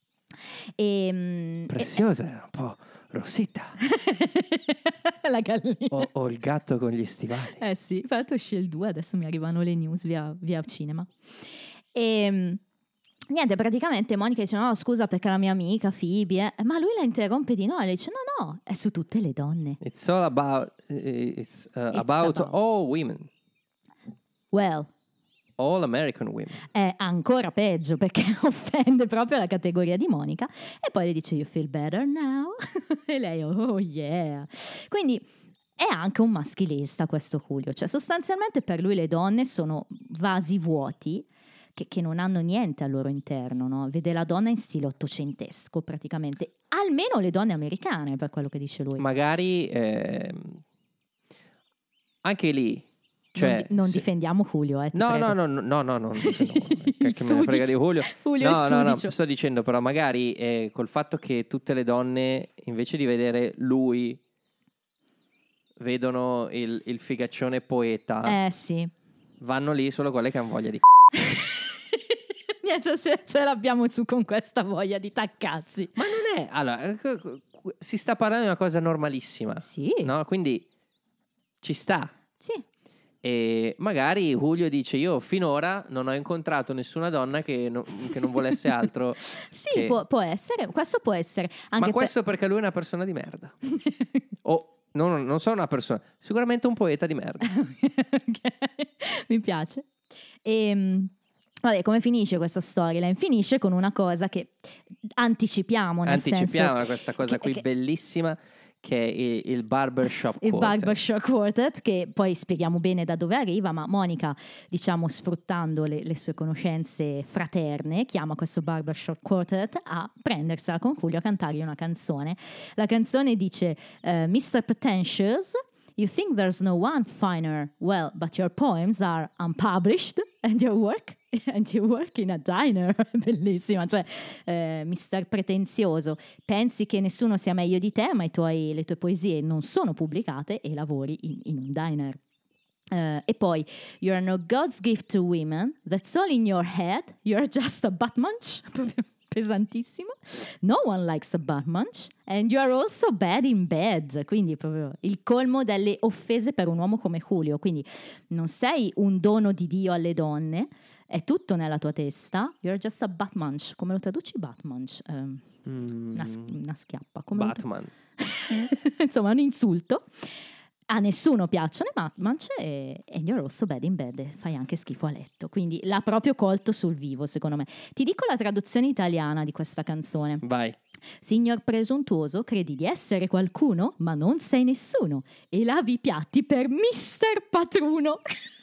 E, Preziosa, era un po' Rosetta. la gallina. O, o il gatto con gli stivali. Eh sì, infatti uscì il due, adesso mi arrivano le news via, via cinema. E niente, praticamente Monica dice no, scusa perché la mia amica Phoebe, eh. Ma lui la interrompe di no e le dice no, no, è su tutte le donne. It's all about, it's, uh, It's about about- all women. Well, All American women. è ancora peggio perché offende proprio la categoria di Monica e poi le dice you feel better now e lei oh yeah, quindi è anche un maschilista questo Julio, cioè sostanzialmente per lui le donne sono vasi vuoti che, che non hanno niente al loro interno, no? Vede la donna in stile ottocentesco praticamente, almeno le donne americane per quello che dice lui. Magari ehm, anche lì. Cioè, non, di- non se- difendiamo Julio, eh, ti No, prego. no, no, no, no, no, non difendo Julio. Che Il che me ne frega di sudicio. Julio. Julio no, è no, no, sudicio. sto dicendo però magari eh, col fatto che tutte le donne invece di vedere lui vedono il, il figaccione poeta, Eh sì. vanno lì solo quelle che hanno voglia di Niente, se ce l'abbiamo su con questa voglia di taccazzi. Ma non è, allora, eh, co- co- si sta parlando di una cosa normalissima, Sì, no? Quindi ci sta. sì. E magari Julio dice io finora non ho incontrato nessuna donna che, no- che non volesse altro. Sì, che- può, può essere, questo può essere. Anche Ma questo perché lui è una persona di merda. O non, non so una persona, sicuramente un poeta di merda. Ok, mi piace. E, vabbè, come finisce questa storyline? Finisce con una cosa che anticipiamo, nel Anticipiamo senso questa cosa che- qui che- bellissima che è il, il Barbershop il Quartet. Barbershop Quartet, che poi spieghiamo bene da dove arriva, ma Monica, diciamo, sfruttando le, le sue conoscenze fraterne, chiama questo Barbershop Quartet a prendersela con Julio a cantargli una canzone. La canzone dice uh, mister Pretentious, you think there's no one finer, well, but your poems are unpublished and your work and you work in a diner. Bellissima, cioè eh, mister Pretenzioso, pensi che nessuno sia meglio di te, ma i tuoi, le tue poesie non sono pubblicate e lavori in, in un diner. Uh, e poi you are no God's gift to women, that's all in your head, you're just a butt munch. Proprio pesantissimo. No one likes a butt munch and you are also bad in bed. Quindi proprio il colmo delle offese per un uomo come Julio. Quindi non sei un dono di Dio alle donne, è tutto nella tua testa. You're just a butt munch. Come lo traduci butt munch? Um, Mm. una, una schiappa. Come lo tra- Batman. Insomma, un insulto. A nessuno piacciono i Batmanch e and you're also bad in bed, fai anche schifo a letto. Quindi l'ha proprio colto sul vivo, secondo me. Ti dico la traduzione italiana di questa canzone. Vai. Signor presuntuoso, credi di essere qualcuno, ma non sei nessuno. E lavi i piatti per mister Patruno.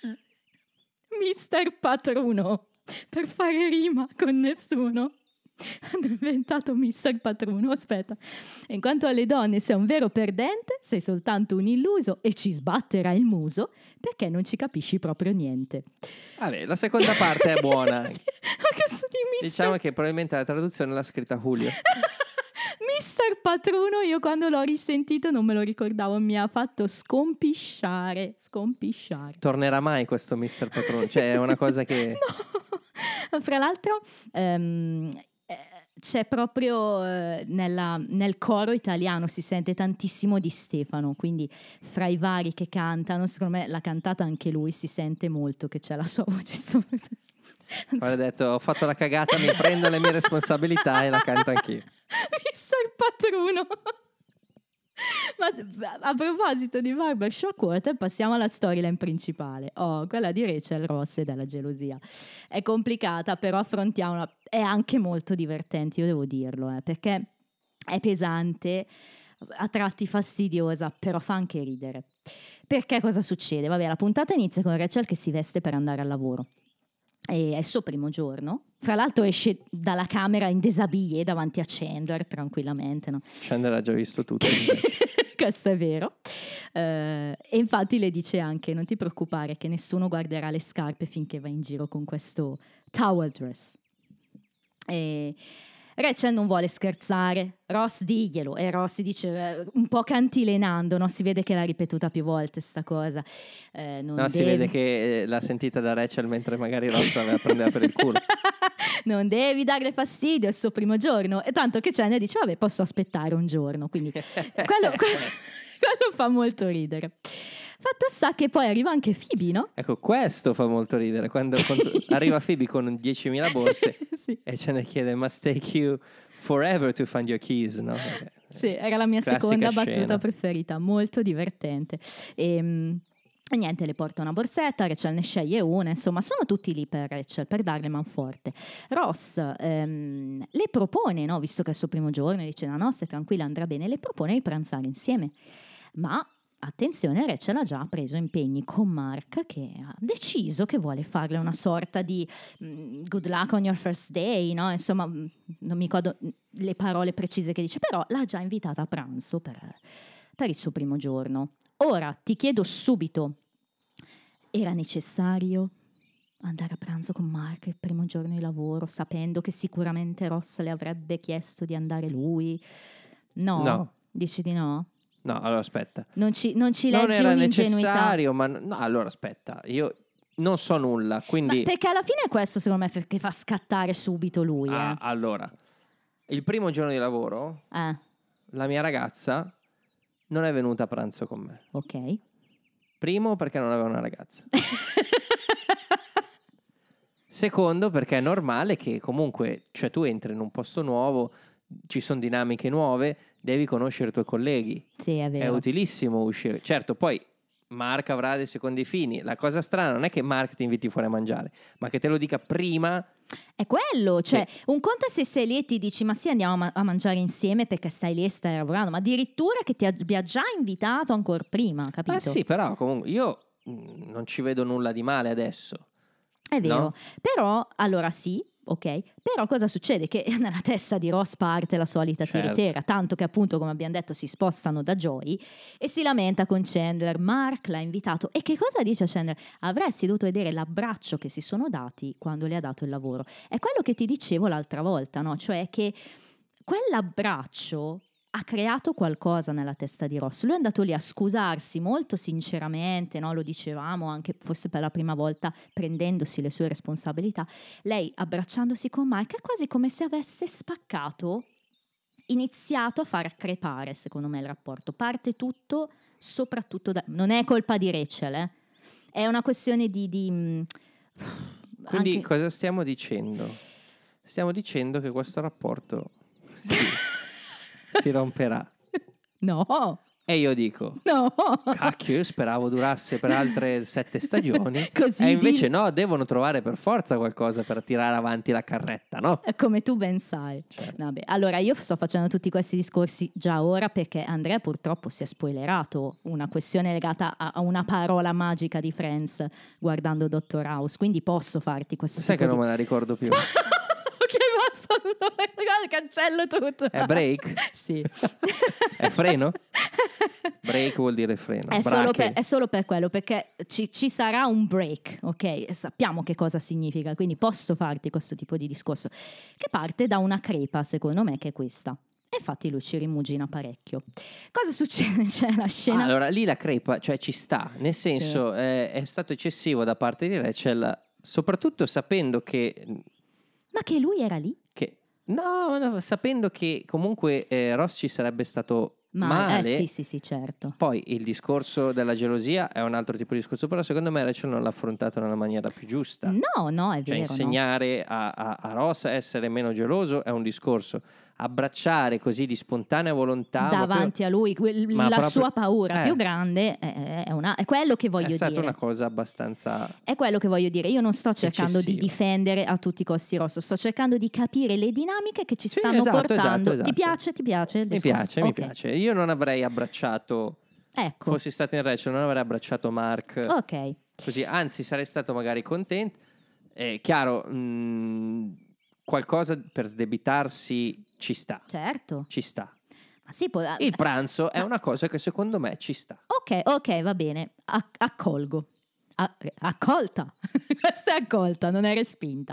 mister Patruno. Per fare rima con nessuno. Hanno inventato mister Patruno. Aspetta. In quanto alle donne sei un vero perdente, sei soltanto un illuso e ci sbatterà il muso perché non ci capisci proprio niente. Vabbè, la seconda parte è buona. Sì, ma questo di mister... Diciamo che probabilmente la traduzione l'ha scritta Julio. mister Patruno, io quando l'ho risentito non me lo ricordavo, mi ha fatto scompisciare, scompisciare. Tornerà mai questo mister Patruno? Cioè è una cosa che... No. Fra l'altro... Um, c'è proprio eh, nella, nel coro italiano si sente tantissimo di Stefano, quindi fra i vari che cantano, secondo me l'ha cantata anche lui, si sente molto che c'è la sua voce sopra. Guarda, ha detto ho fatto la cagata, mi prendo le mie responsabilità e la canto anch'io. mister Patruno. Ma a proposito di Barbershop Quartet, passiamo alla storyline principale. Oh, quella di Rachel Ross e della gelosia. È complicata, però affrontiamola. È anche molto divertente, io devo dirlo, eh, perché è pesante, a tratti fastidiosa, però fa anche ridere. Perché cosa succede? Vabbè, la puntata inizia con Rachel che si veste per andare al lavoro. E è il suo primo giorno. Fra l'altro esce dalla camera in déshabillé davanti a Chandler tranquillamente, no? Chandler ha già visto tutto. Questo è vero. Uh, e infatti le dice anche non ti preoccupare che nessuno guarderà le scarpe finché vai in giro con questo towel dress. E Rachel non vuole scherzare, Ross diglielo, e Ross dice eh, un po' cantilenando, no? Si vede che l'ha ripetuta più volte sta cosa. Eh, non no, devi... si vede che eh, l'ha sentita da Rachel mentre magari Ross la prendeva per il culo. Non devi darle fastidio, è il suo primo giorno. E tanto che Chandler dice vabbè, posso aspettare un giorno, quindi quello, quello, quello fa molto ridere. Fatto sta che poi arriva anche Phoebe, no? Ecco, questo fa molto ridere. Quando, quando arriva Phoebe con diecimila borse sì. e ce ne chiede must take you forever to find your keys, no? Sì, era la mia Classica seconda scena. battuta preferita, molto divertente. E, e niente, le porta una borsetta, Rachel ne sceglie una, insomma, sono tutti lì per Rachel, per darle manforte. Ross ehm, le propone, no? Visto che è il suo primo giorno, dice no, no, stai tranquilla, andrà bene, le propone di pranzare insieme. Ma attenzione, Rachel ha già preso impegni con Mark che ha deciso che vuole farle una sorta di mm, good luck on your first day, no? Insomma, mm, non mi ricordo le parole precise che dice, però l'ha già invitata a pranzo per, per il suo primo giorno. Ora ti chiedo subito, era necessario andare a pranzo con Mark il primo giorno di lavoro, sapendo che sicuramente Ross le avrebbe chiesto di andare lui? No? No. Dici di no? No, allora aspetta. Non ci, non ci Non leggi era un'ingenuità. necessario, ma no, allora aspetta, io non so nulla, quindi... Ma perché alla fine è questo secondo me che fa scattare subito lui. Ah, eh. allora, il primo giorno di lavoro, Eh, la mia ragazza non è venuta a pranzo con me. ok. Primo, perché non aveva una ragazza. Secondo, perché è normale che comunque, cioè tu entri in un posto nuovo, ci sono dinamiche nuove, devi conoscere i tuoi colleghi. Sì, è È vero. utilissimo uscire. Certo, poi Mark avrà dei secondi fini. La cosa strana non è che Mark ti inviti fuori a mangiare, ma che te lo dica prima. È quello, cioè Sì. un conto è se sei lì e ti dici ma sì andiamo a, ma- a mangiare insieme perché stai lì e stai lavorando, ma addirittura che ti abbia già invitato ancora prima, capito? Ah sì, però comunque io mm, non ci vedo nulla di male adesso. È vero, No? però allora sì, ok, però cosa succede? Che nella testa di Ross parte la solita Certo. tiritera, tanto che appunto come abbiamo detto si spostano da Joey e si lamenta con Chandler, Mark l'ha invitato e che cosa dice Chandler? Avresti dovuto vedere l'abbraccio che si sono dati quando le ha dato il lavoro. È quello che ti dicevo l'altra volta, no? Cioè che quell'abbraccio ha creato qualcosa nella testa di Ross. Lui è andato lì a scusarsi molto sinceramente, no? Lo dicevamo anche forse per la prima volta prendendosi le sue responsabilità. Lei abbracciandosi con Mike è quasi come se avesse spaccato, iniziato a far crepare secondo me il rapporto. Parte tutto soprattutto da... non è colpa di Rachel, eh? È una questione di... di mh, Quindi anche- cosa stiamo dicendo? Stiamo dicendo che questo rapporto sì, si romperà. No, E io dico, no. cacchio, io speravo durasse per altre sette stagioni. Così e invece di- no, devono trovare per forza qualcosa per tirare avanti la carretta, no? Come tu ben sai. Certo. Vabbè, allora io sto facendo tutti questi discorsi già ora perché Andrea purtroppo si è spoilerato una questione legata a, a una parola magica di Friends guardando Dottor House, quindi posso farti questo Sai che tipo non di... me la ricordo più. Ok, basta, guarda, cancello tutto. È break? Sì. È freno? Break vuol dire freno. È solo, Brache. per, è solo per quello, perché ci, ci sarà un break, ok? Sappiamo che cosa significa, quindi posso farti questo tipo di discorso, che parte da una crepa, secondo me, che è questa. E infatti lui ci rimugina parecchio. Cosa succede? C'è la scena... Ah, allora lì la crepa, cioè ci sta, nel senso eh, è stato eccessivo da parte di Rachel, soprattutto sapendo che... Ma che lui era lì? che no, no, sapendo che comunque eh, Ross ci sarebbe stato Ma, male. Eh sì, sì, sì, certo. Poi il discorso della gelosia è un altro tipo di discorso, però secondo me Rachel non l'ha affrontato nella maniera più giusta. No, no, è Cioè vero, no? insegnare a, a, a Ross a essere meno geloso è un discorso, abbracciare così di spontanea volontà ma Davanti proprio- a lui, quel- ma la proprio- sua paura eh. più grande è, è una- è quello che voglio è stata dire. una cosa abbastanza È quello che voglio dire. Io non sto cercando eccessiva. di difendere a tutti i costi Ross, sto cercando di capire le dinamiche che ci Sì, stanno esatto, portando. esatto, esatto. Ti piace? Ti piace? il mi discorso? piace, mi Ok. piace. Io non avrei abbracciato, Ecco, fossi stato in Rachel non avrei abbracciato Mark ok. così, anzi sarei stato magari contento. È chiaro, mh, qualcosa per sdebitarsi ci sta, Certo. ci sta. Ma sì, può... Il pranzo è una cosa che secondo me ci sta. Ok, ok, va bene. Ac- accolgo. A- accolta. Questa è accolta, non è respinta.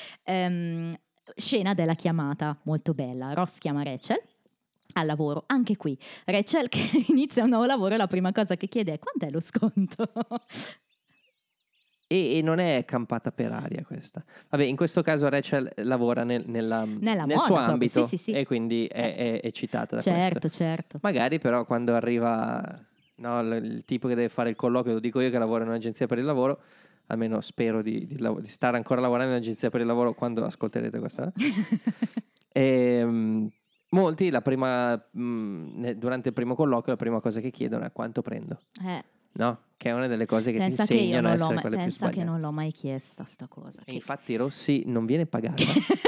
Ehm, scena della chiamata, molto bella. Ross chiama Rachel al lavoro, anche qui. Rachel che inizia un nuovo lavoro e la prima cosa che chiede è quant'è lo sconto? E, e non è campata per aria questa. Vabbè, in questo caso Rachel lavora nel, nella- Nella nel moda suo proprio, ambito sì, sì, sì. e quindi è, è- è citata da certo, questo. certo. Magari però quando arriva no, il, il tipo che deve fare il colloquio, lo dico io che lavoro in un'agenzia per il lavoro, almeno spero di, di lav- di stare ancora lavorando in un'agenzia per il lavoro quando ascolterete questa. e, mm, molti la prima, mm, ne- durante il primo colloquio la prima cosa che chiedono è quanto prendo. Eh, No? Che è una delle cose che pensa ti che io insegnano a non l'ho essere mai, quelle più pensa che sbagliate. non l'ho mai chiesta sta cosa. E Che- infatti Rossi non viene pagata.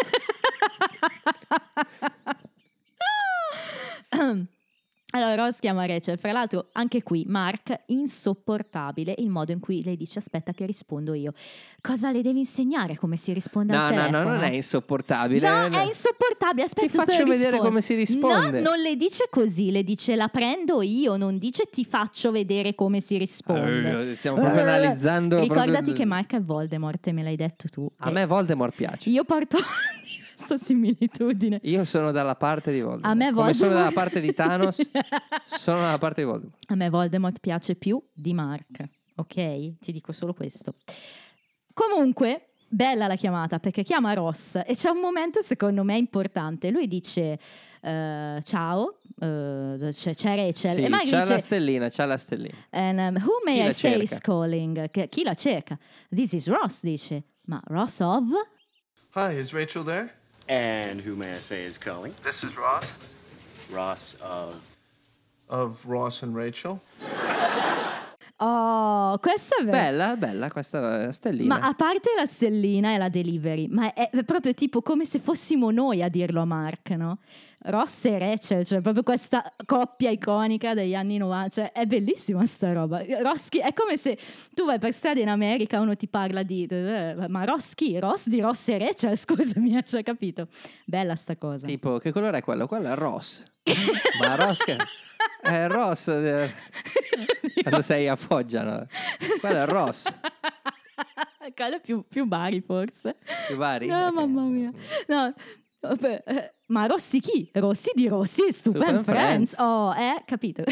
Allora Ross chiama Rachel, fra l'altro anche qui Mark insopportabile il modo in cui lei dice aspetta che rispondo io. Cosa le devi insegnare come si risponde No, al no, telefono? no, non è insopportabile. No, è insopportabile. Aspetta, Ti faccio aspetta, vedere rispondo. come si risponde. No, non le dice così, le dice la prendo io, non dice ti faccio vedere come si risponde. Eh, stiamo proprio analizzando Ricordati proprio- che Mark è Voldemort, me l'hai detto tu. A Eh, me Voldemort piace. Io porto questa similitudine. Io sono dalla parte di Voldemort. A me Come sono Voldemort- dalla parte di Thanos, sono dalla parte di Voldemort. A me Voldemort piace più di Mark, ok? Ti dico solo questo. Comunque, bella la chiamata perché chiama Ross e c'è un momento secondo me importante. Lui dice eh, ciao, eh, c'è, c'è Rachel Sì, e Mike c'ha dice la stellina, c'ha la stellina. And, um, who may Chi I la say cerca? is calling? Che- chi la cerca? This is Ross, dice. Ma Ross of? Hi, is Rachel there? And who may I say is calling? This is Ross. Ross of... Of Ross and Rachel. Oh, questa è Bella, bella questa stellina. Ma a parte la stellina e la delivery, ma è, è proprio tipo come se fossimo noi a dirlo a Mark, no? Ross e Rachel, cioè proprio questa coppia iconica degli anni novanta, cioè è bellissima sta roba. Ross chi- è come se tu vai per strada in America, uno ti parla di eh, ma Ross chi? Ross di Ross e Rachel, scusami, cioè capito? Bella sta cosa. Tipo, che colore è quello? Quello è Ross. Ma Ross che... È Ross eh, quando sei a Foggia, no? Quello è Ross. Quello è più, più Bari forse. Più vari? No, Ok. mamma mia. No, vabbè, eh, ma Rossi chi? Rossi di Rossi, Stupid Stupid Friends. Friends. Oh, eh, capito?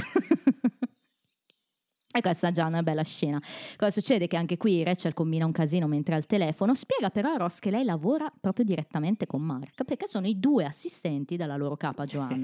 E questa è già una bella scena. Cosa succede? Che anche qui Rachel combina un casino mentre è al telefono, spiega però a Ross che lei lavora proprio direttamente con Mark, perché sono i due assistenti della loro capa Joanna.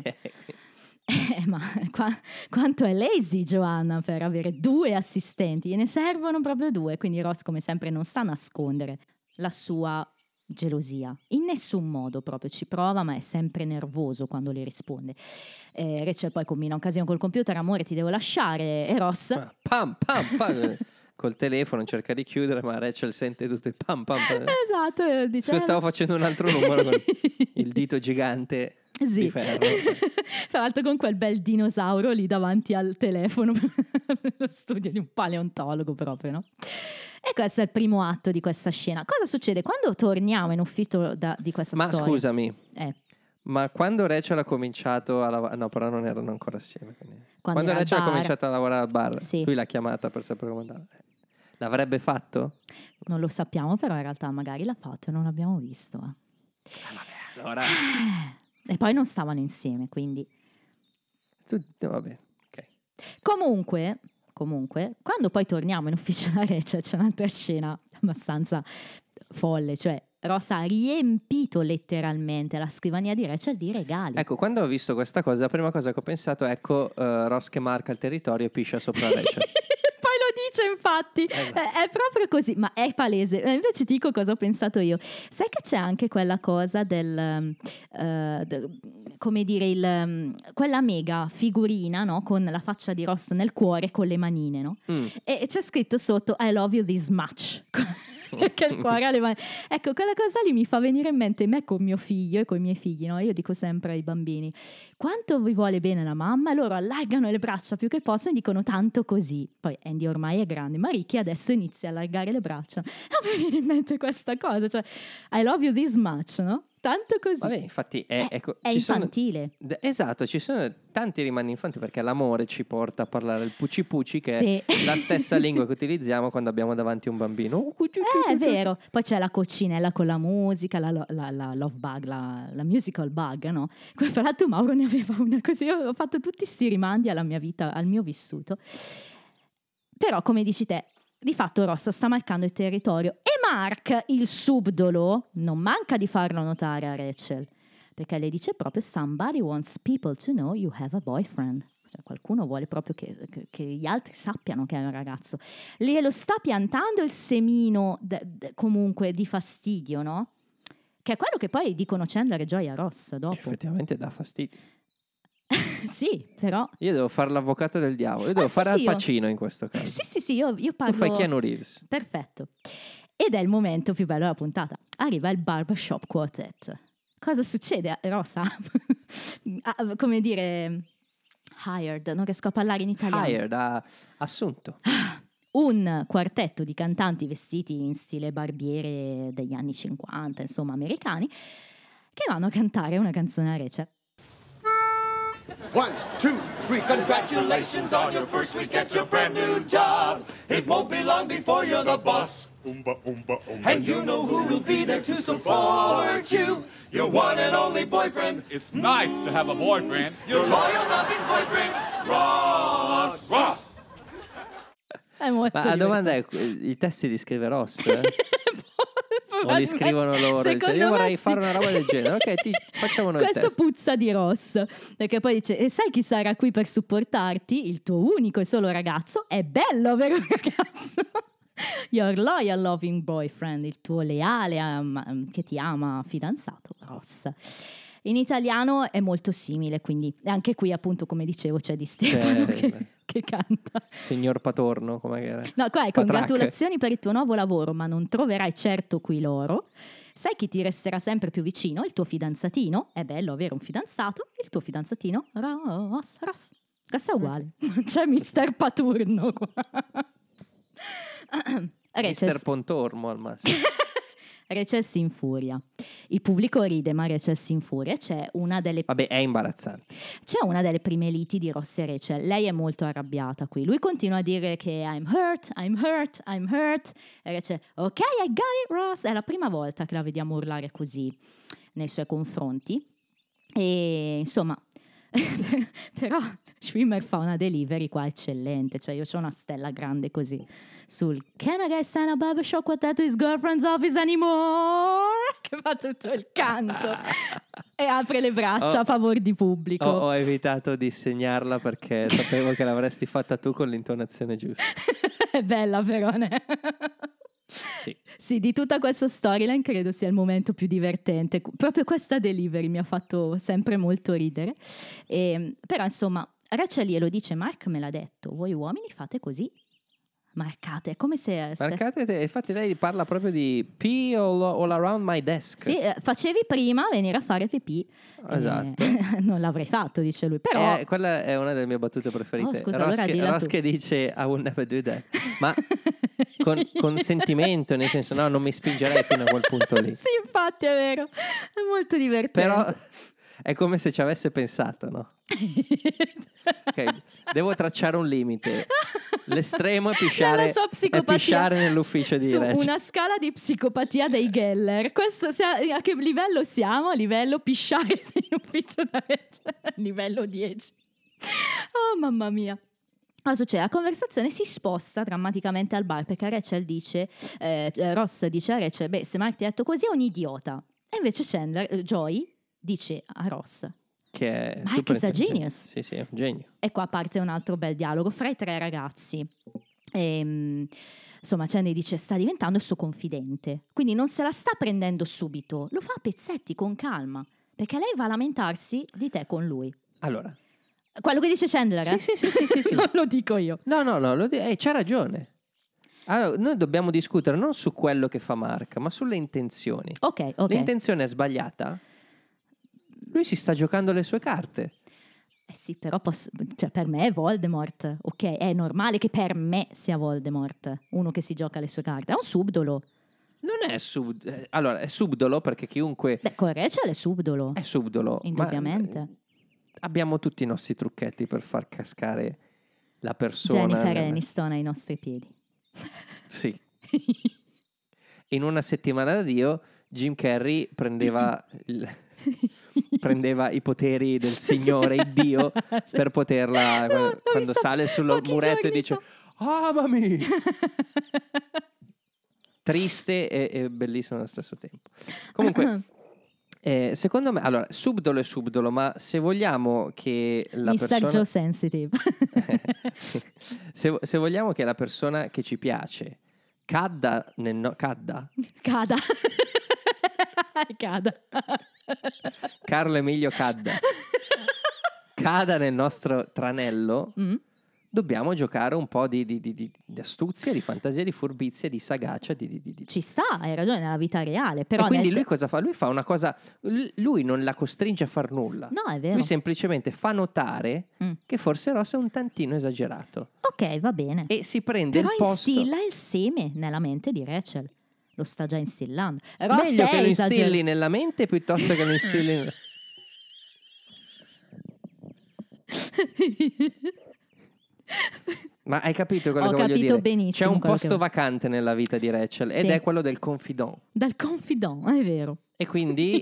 Eh, ma qua, quanto è lazy Joanna per avere due assistenti, ne servono proprio due, quindi Ross come sempre non sa nascondere la sua gelosia, in nessun modo proprio ci prova, ma è sempre nervoso quando le risponde. eh, Rachel poi combina un casino col computer, amore ti devo lasciare, e Ross Pam, pam, pam. Col telefono cerca di chiudere, ma Rachel sente tutto il pam, pam, pam. esatto, eh, dice Io stavo facendo un altro numero con il dito gigante sì. di ferro. Tra l'altro con quel bel dinosauro lì davanti al telefono, lo studio di un paleontologo proprio, no? E questo è il primo atto di questa scena. Cosa succede quando torniamo in ufficio da, di questa Ma storia? scusami, Eh, ma quando Rachel ha cominciato a lavorare... No, però non erano ancora assieme. Quindi... Quando Quando, era al Rachel ha bar. cominciato a lavorare al bar, Sì. lui l'ha chiamata per sapere come andava. L'avrebbe fatto? non lo sappiamo, però in realtà magari l'ha fatto e non l'abbiamo visto. eh. Allora... E poi non stavano insieme, quindi... Tu... Vabbè, ok. Comunque, comunque, quando poi torniamo in ufficio da Rachel c'è un'altra scena abbastanza folle, cioè Ross ha riempito letteralmente la scrivania di Rachel di regali. Ecco, quando ho visto questa cosa, la prima cosa che ho pensato è, ecco, uh, Ross che marca il territorio e piscia sopra Rachel. Poi lo dice infatti, Esatto. è, è proprio così, ma è palese. Eh, Invece ti dico cosa ho pensato io. Sai che c'è anche quella cosa del, um, eh, de- come dire, il, um, quella mega figurina, no? Con la faccia di Ross nel cuore con le manine, no? Mm. E c'è scritto sotto I love you this much. Che il cuore ha le mani. Ecco, quella cosa lì mi fa venire in mente me con mio figlio e con i miei figli, no? Io dico sempre ai bambini quanto vi vuole bene la mamma, loro allargano le braccia più che possono e dicono tanto così. Poi Andy ormai è grande, ma Ricky adesso inizia a allargare le braccia. A me viene in mente questa cosa, cioè I love you this much, no? Tanto così. Vabbè, infatti è, È- ecco, è ci sono- infantile. d- esatto, ci sono tanti rimandi infanti perché l'amore ci porta a parlare il puci puci, che Sì. è la stessa lingua che utilizziamo quando abbiamo davanti un bambino. Eh, è vero. Poi c'è la coccinella con la musica, la, la- la love bug, la, la musical bug, no? Come fra l'altro Mauro ne aveva una così. Io ho fatto tutti sti rimandi alla mia vita, al mio vissuto. Però, come dici te, di fatto Ross sta marcando il territorio e Mark, il subdolo, non manca di farlo notare a Rachel, perché le dice proprio somebody wants people to know you have a boyfriend. Cioè, qualcuno vuole proprio che, che- che gli altri sappiano che è un ragazzo. Le lo sta piantando il semino de- de- comunque di fastidio, no? Che è quello che poi dicono Chandler e Joy a Ross Che dopo. effettivamente dà fastidio. Sì, però... Io devo fare l'avvocato del diavolo, io devo Eh, sì, fare sì, Al io- Pacino in questo caso. Sì, sì, sì, io, io parlo... Tu fai Keanu Reeves. Perfetto. Ed è il momento più bello della puntata. Arriva il Barbershop Quartet. Cosa succede? Rosa, ah, come dire, hired, non riesco a parlare in italiano. Hired, ha assunto. Un quartetto di cantanti vestiti in stile barbiere degli anni cinquanta, insomma, americani, che vanno a cantare una canzone a Rachel. One, two, three. Congratulations on your first week at your brand new job. It won't be long before you're the boss. Oomba, oomba, oomba. And you know who will be there to support you. Your one and only boyfriend. It's nice to have a boyfriend. Your loyal, loving boyfriend, Ross. Ross! È molto Ma la divertente. domanda è, i testi li scrive Ross? eh? O li scrivono loro? Secondo Cioè, io me vorrei sì. fare una roba del genere. Ok, ti facciamo noi il Questo testo. puzza di Ross, perché poi dice, e sai chi sarà qui per supportarti? Il tuo unico e solo ragazzo. È bello, vero ragazzo? Your loyal loving boyfriend, il tuo leale am- che ti ama fidanzato, Ross. In italiano è molto simile, quindi anche qui appunto come dicevo c'è Di Stefano Cioè, che, beh. che che canta. Signor Patorno, come era? No, qua è Patrac. congratulazioni per il tuo nuovo lavoro, ma non troverai certo qui l'oro. Sai chi ti resterà sempre più vicino? Il tuo fidanzatino. È bello avere un fidanzato. Il tuo fidanzatino Ross, Ross. Questo è uguale. Non c'è mister Paturno qua. mister Pontormo al massimo. Rachel si infuria. Il pubblico ride, ma Rachel si infuria. C'è una delle Vabbè, è imbarazzante. C'è una delle prime liti di Ross e Rachel. Lei è molto arrabbiata qui. Lui continua a dire che I'm hurt, I'm hurt, I'm hurt. E Rachel, ok, I got it, Ross. È la prima volta che la vediamo urlare così nei suoi confronti. E insomma, però Schwimmer fa una delivery qua eccellente. Cioè io c'ho una stella grande così sul Can a guy sign a barbershop quartet to his girlfriend's office anymore? Che fa tutto il canto e apre le braccia oh, a favore di pubblico. Ho, ho evitato di segnarla perché sapevo che l'avresti fatta tu con l'intonazione giusta. È bella però, né? Sì. Sì, di tutta questa storyline credo sia il momento più divertente. Proprio questa delivery mi ha fatto sempre molto ridere. E, però insomma, Rachel glielo dice, Mark me l'ha detto, voi uomini fate così. Marcate, è come se... Marcate, te, infatti lei parla proprio di pee all, all around my desk. Sì, eh, facevi prima venire a fare pipì. Esatto. Eh, non l'avrei fatto, dice lui, però... Eh, quella è una delle mie battute preferite. Oh, scusa, Ross, allora che, dilla Ross tu. che dice I will never do that. Ma con, con sentimento, nel senso, no, non mi spingerei fino a quel punto lì. Sì, infatti è vero, è molto divertente. Però è come se ci avesse pensato, no? Ok, devo tracciare un limite. L'estremo è pisciare, Nella sua è psicopatia, pisciare nell'ufficio di su Rachel. una scala di psicopatia dei Geller. Questo, a che livello siamo? A livello pisciare nell'ufficio da Rachel. Livello dieci. Oh mamma mia. Cosa succede? La conversazione si sposta drammaticamente al bar perché Rachel dice, eh, Ross dice a Rachel, beh, se Mark ti ha detto così è un idiota. E invece Chandler, eh, Joy dice a Ross, Che è Mark super is a intelligente. genius. Sì, sì, è un genio. E qua parte un altro bel dialogo fra i tre ragazzi. E, insomma, Chandler dice sta diventando il suo confidente, quindi non se la sta prendendo subito, lo fa a pezzetti con calma, perché lei va a lamentarsi di te con lui. Allora, Quello che dice Chandler, sì, eh? sì, sì, sì, sì, sì. Non lo dico io. No, no, no, lo di- eh, c'ha ragione. Allora, noi dobbiamo discutere non su quello che fa Mark, ma sulle intenzioni. Ok, ok. L'intenzione è sbagliata? Lui si sta giocando le sue carte. Eh sì, però posso, cioè per me è Voldemort, ok? È normale che per me sia Voldemort, uno che si gioca le sue carte. È un subdolo. Non è sub... eh, Allora, è subdolo perché chiunque Beh, con Rachel è subdolo. è subdolo. ma, Indubbiamente. eh, abbiamo tutti i nostri trucchetti per far cascare la persona. Jennifer nella- Aniston ai nostri piedi. Sì. In una settimana da Dio, Jim Carrey prendeva, il- prendeva i poteri del Signore, il Dio, Sì. per poterla... No, l'ho quando visto sale sul pochi muretto e giorni dice fa. amami! Triste e, e bellissimo allo stesso tempo. Comunque, eh, secondo me, allora, subdolo è subdolo, ma se vogliamo che la mister persona... Joe Sensitive. se, se vogliamo che la persona che ci piace cadda nel no- cadda Cada. Cada. Carlo Emilio cadda cada nel nostro tranello, Mm. dobbiamo giocare un po' di, di, di, di, di astuzia, di fantasia, di furbizia, di sagacia, di, di, di, di. Ci sta, hai ragione, nella vita reale. Però E quindi nel lui te- cosa fa? Lui fa una cosa, l- lui non la costringe a far nulla. No, è vero. Lui semplicemente fa notare Mm. che forse Ross è un tantino esagerato Ok, va bene. e si prende Però il posto. instilla il seme nella mente di Rachel. Lo sta già instillando. Ross Meglio è che lo esager- instilli nella mente piuttosto che lo instilli... Ma hai capito quello Ho che voglio capito dire? benissimo C'è un quello posto che- vacante nella vita di Rachel ed Sì. è quello del confidant. Dal confidant, è vero. E quindi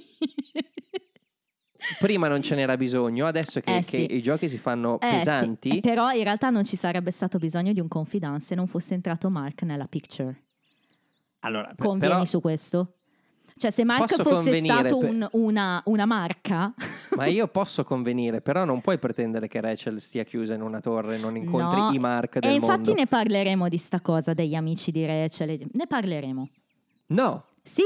prima non ce n'era bisogno, adesso che, Eh, che sì. i giochi si fanno Eh, sì. pesanti, Eh, però in realtà non ci sarebbe stato bisogno di un confidant se non fosse entrato Mark nella picture. allora, per- Convieni però, su questo? Cioè se Mark Posso fosse convenire stato per- un- una, una marca... ma io posso convenire, però non puoi pretendere che Rachel stia chiusa in una torre e non incontri No. i Mark del E infatti mondo. ne parleremo di sta cosa, degli amici di Rachel. e di- Ne parleremo. No, Sì.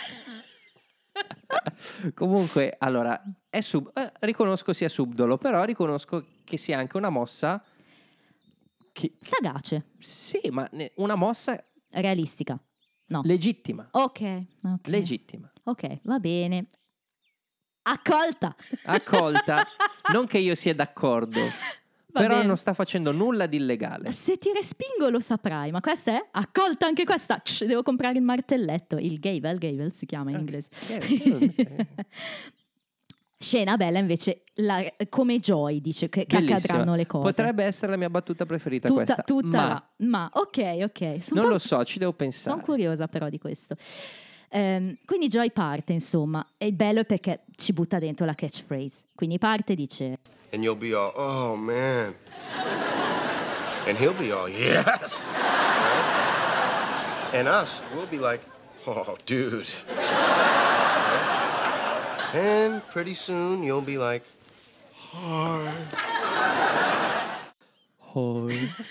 comunque, allora, è sub- eh, riconosco sia subdolo, però riconosco che sia anche una mossa Chi- Sagace, Sì, ma ne- una mossa realistica. No. legittima. Ok, ok. Legittima. Ok, va bene. Accolta. Accolta. Non che io sia d'accordo, Va però bene. non sta facendo nulla di illegale. Se ti respingo lo saprai, ma questa è accolta anche questa. Csh, devo comprare il martelletto, il gavel, gavel si chiama in inglese. Eh, Scena bella invece, la- come Joy dice che, che Bellissima. accadranno le cose. Potrebbe essere la mia battuta preferita tutta, questa. tutta ma là. Ma ok, ok. Son non po'- lo so, ci devo pensare. Sono curiosa però di questo. Ehm, quindi Joy parte, insomma, e il bello è perché ci butta dentro la catchphrase. Quindi parte e dice: And you'll be all, oh man. And he'll be all, yes. And us, we'll be like, oh dude. And pretty soon you'll be like, Oh.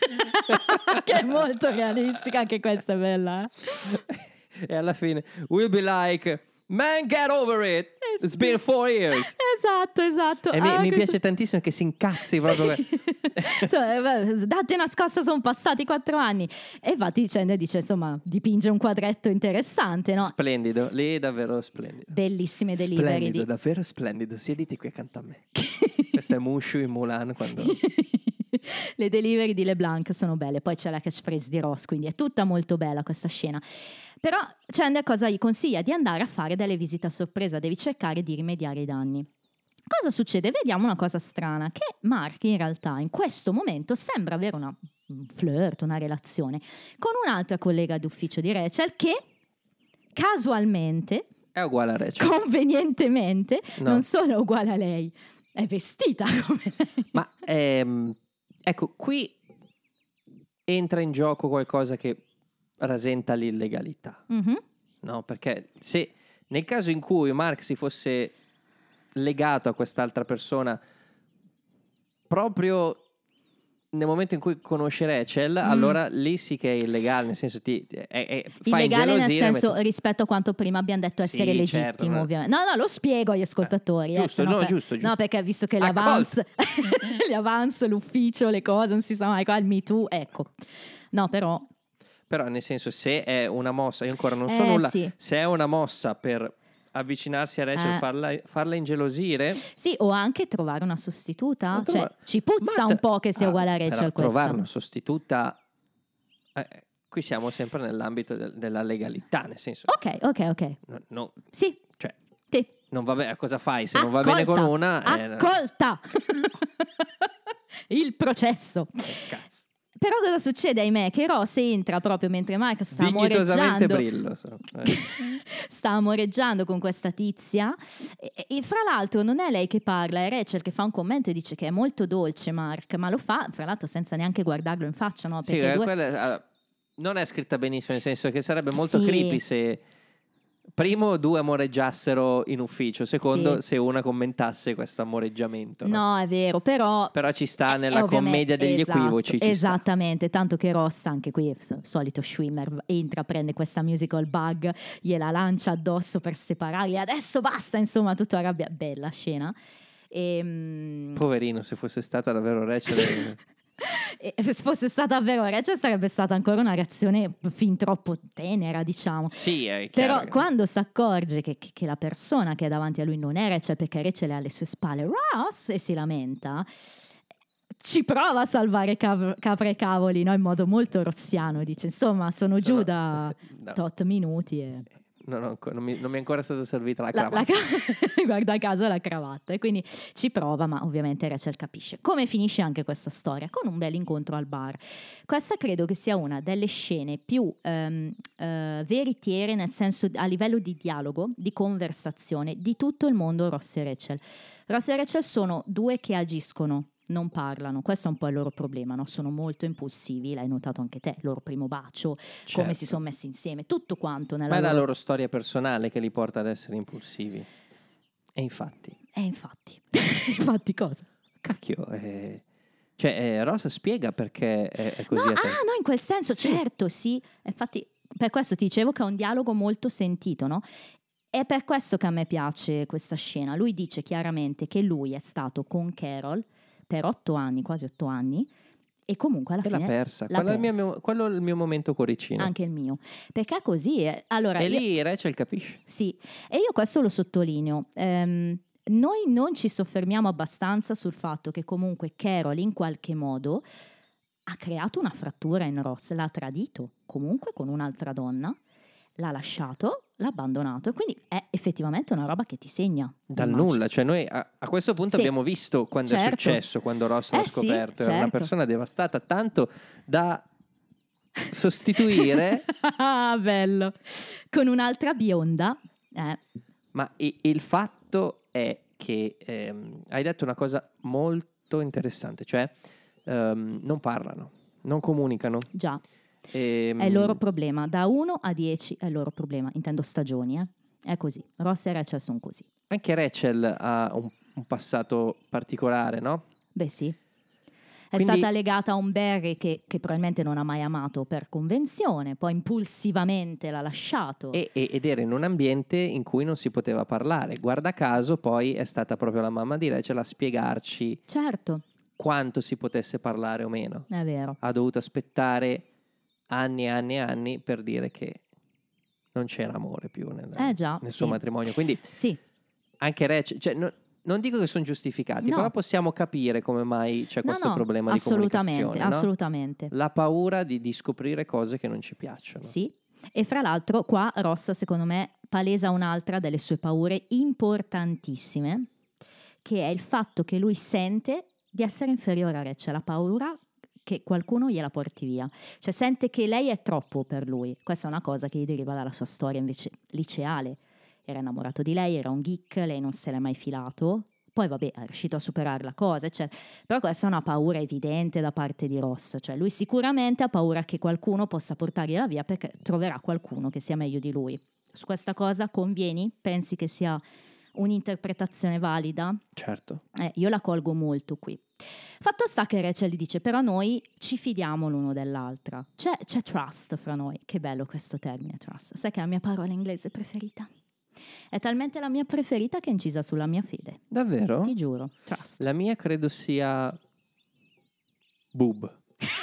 che è molto realistica, anche questa è bella. eh? E alla fine, we'll be like, man, get over it. Eh, It's sì. been four years. Esatto, esatto. E mi, Ah, mi questo- piace tantissimo che si incazzi proprio. Insomma, eh, date una scossa, sono passati quattro anni. E infatti dicendo, dice, insomma, dipinge un quadretto interessante, no? Splendido, lì è davvero splendido. Bellissime delivery Splendido, di... davvero splendido. Siediti qui accanto a me. Questo è Mushu in Mulan quando... Le delivery di LeBlanc sono belle, poi c'è la catchphrase di Ross, quindi è tutta molto bella questa scena. Però Chandler cosa gli consiglia? Di andare a fare delle visite a sorpresa, devi cercare di rimediare ai danni. Cosa succede? Vediamo una cosa strana, che Mark in realtà in questo momento sembra avere una, un flirt, una relazione con un'altra collega d'ufficio di Rachel che casualmente, È uguale a Rachel. convenientemente, No. non solo è uguale a lei, è vestita come lei. Ma ehm, ecco, qui entra in gioco qualcosa che rasenta l'illegalità, Mhm. no? Perché se nel caso in cui Mark si fosse legato a quest'altra persona proprio nel momento in cui conosce Rachel, allora lì sì che è illegale, nel senso ti è, è, fa Illegale nel ingelosire, senso metti- rispetto a quanto prima abbiamo detto Sì, essere certo, legittimo, ma- ovviamente. No, no, lo spiego agli ascoltatori. Eh, eh, giusto, sennò no, per- giusto, giusto. No, perché visto che le Accolto. avance, le avance, l'ufficio, le cose, non si sa mai, qua il Me Too, ecco. No, però... Però nel senso, se è una mossa, io ancora non so Eh, nulla, sì. se è una mossa per avvicinarsi a Rachel, Eh. farla, farla ingelosire, Sì, o anche trovare una sostituta. Ma Cioè, trova- ci puzza ma un tra- po' che sia ah, uguale a però Rachel questa. trovare una sostituta, eh, qui siamo sempre nell'ambito del- della legalità, nel senso, Ok, ok, ok. no, no, Sì, cioè, sì. non va bene, cosa fai se non va bene con Accolta, una? eh, Accolta! Il processo. eh, cazzo. Però cosa succede, ahimè? Che Ross entra proprio mentre Mark sta Dignitosamente amoreggiando. brillo. so. Eh. Sta amoreggiando con questa tizia e, e fra l'altro non è lei che parla, è Rachel che fa un commento e dice che è molto dolce Mark, ma lo fa fra l'altro senza neanche guardarlo in faccia, no? Sì, Perché eh, due- quella è- ah, non è scritta benissimo, nel senso che sarebbe molto Sì. creepy se primo due amoreggiassero in ufficio, secondo Sì. se una commentasse questo amoreggiamento. no? No, è vero, però Però ci sta Eh, nella ovviamente- commedia degli esatto, equivoci. Ci sta. esattamente, tanto che Ross anche qui, so- solito Schwimmer, entra, prende questa musical bug, gliela lancia addosso per separarli, adesso basta, insomma, tutta rabbia, bella scena. E, Poverino, se fosse stata davvero Rachel. e se fosse stata davvero Rachel sarebbe stata ancora una reazione fin troppo tenera, diciamo. Sì, è chiaro. Però che- quando si accorge che, che- che la persona che è davanti a lui non è Rachel, perché Rachel è alle sue spalle, Ross, e si lamenta, ci prova a salvare cav- capre e cavoli, no? In modo molto rossiano, dice insomma sono, Sono- giù da no. tot minuti e... No, no, non, mi, non mi è ancora stata servita la La, la cravatta. ca- guarda caso la cravatta e quindi ci prova, ma ovviamente Rachel capisce. Come finisce anche questa storia? Con un bel incontro al bar. Questa credo che sia una delle scene più ehm, eh, veritiere, nel senso a livello di dialogo, di conversazione di tutto il mondo Ross e Rachel. Ross e Rachel sono due che agiscono, non parlano, questo è un po' il loro problema, no? Sono molto impulsivi, l'hai notato anche te, il loro primo bacio, come Certo. si sono messi insieme, tutto quanto nella Ma è la loro... loro storia personale che li porta ad essere impulsivi. E infatti, E infatti, infatti cosa? cacchio, eh, cioè eh, Ross spiega perché è, è così No, a te. ah, no, in quel senso, Sì. certo, sì. Infatti, per questo ti dicevo che è un dialogo molto sentito, no? È per questo che a me piace questa scena. Lui dice chiaramente che lui è stato con Carol per otto anni, quasi otto anni, E comunque alla E l'ha fine persa. l'ha Quello è il persa. mio, quello è il mio momento cuoricino. Anche il mio. Perché così, eh, allora E io- lì Rachel capisce. sì, e io questo lo sottolineo. Ehm, noi non ci soffermiamo abbastanza sul fatto che comunque Carol in qualche modo ha creato una frattura in Ross, l'ha tradito comunque con un'altra donna, l'ha lasciato, l'ha abbandonato, e quindi è effettivamente una roba che ti segna. Dal immagino. nulla, cioè noi a, a questo punto Sì. abbiamo visto quando è Certo. successo, quando Ross l'ha Eh sì, scoperto, era una certo. persona devastata, tanto da sostituire, Ah, bello. Con un'altra bionda. Eh, ma i- il fatto è che ehm, hai detto una cosa molto interessante, cioè ehm, non parlano, non comunicano. già, Ehm, è il loro problema. Da uno a dieci è il loro problema. Intendo stagioni, eh. È così. Ross e Rachel sono così. Anche Rachel ha un, un passato particolare, no? Beh sì. È Quindi- stata legata a un Barry che, che probabilmente non ha mai amato per convenzione, poi impulsivamente l'ha lasciato. E- e- ed era in un ambiente in cui non si poteva parlare. Guarda caso, poi è stata proprio la mamma di Rachel a spiegarci Certo, quanto si potesse parlare o meno. è vero. Ha dovuto aspettare anni e anni e anni per dire che non c'era amore più nel, Eh già, nel suo sì. matrimonio. Quindi Sì, anche Rachel, cioè, no- non dico che sono giustificati, No. però possiamo capire come mai c'è no, questo no, problema di assolutamente, comunicazione, no? assolutamente. La paura di, di scoprire cose che non ci piacciono. Sì. E fra l'altro qua Ross secondo me palesa un'altra delle sue paure importantissime, che è il fatto che lui sente di essere inferiore a Rachel, ha paura che qualcuno gliela porti via, cioè sente che lei è troppo per lui. Questa è una cosa che gli deriva dalla sua storia invece liceale. Era innamorato di lei, era un geek, lei non se l'è mai filato, poi vabbè è riuscito a superare la cosa, eccetera. Però questa è una paura evidente da parte di Ross, cioè lui sicuramente ha paura che qualcuno possa portargliela via perché troverà qualcuno che sia meglio di lui. Su questa cosa convieni? Pensi che sia un'interpretazione valida? Certo. Eh, io la colgo molto qui. Fatto sta che Rachel gli dice però noi ci fidiamo l'uno dell'altra, c'è, c'è trust fra noi. Che bello questo termine trust, sai che è la mia parola inglese preferita, è talmente la mia preferita che è incisa sulla mia fede, Davvero? ti giuro. Trust. La mia credo sia boob.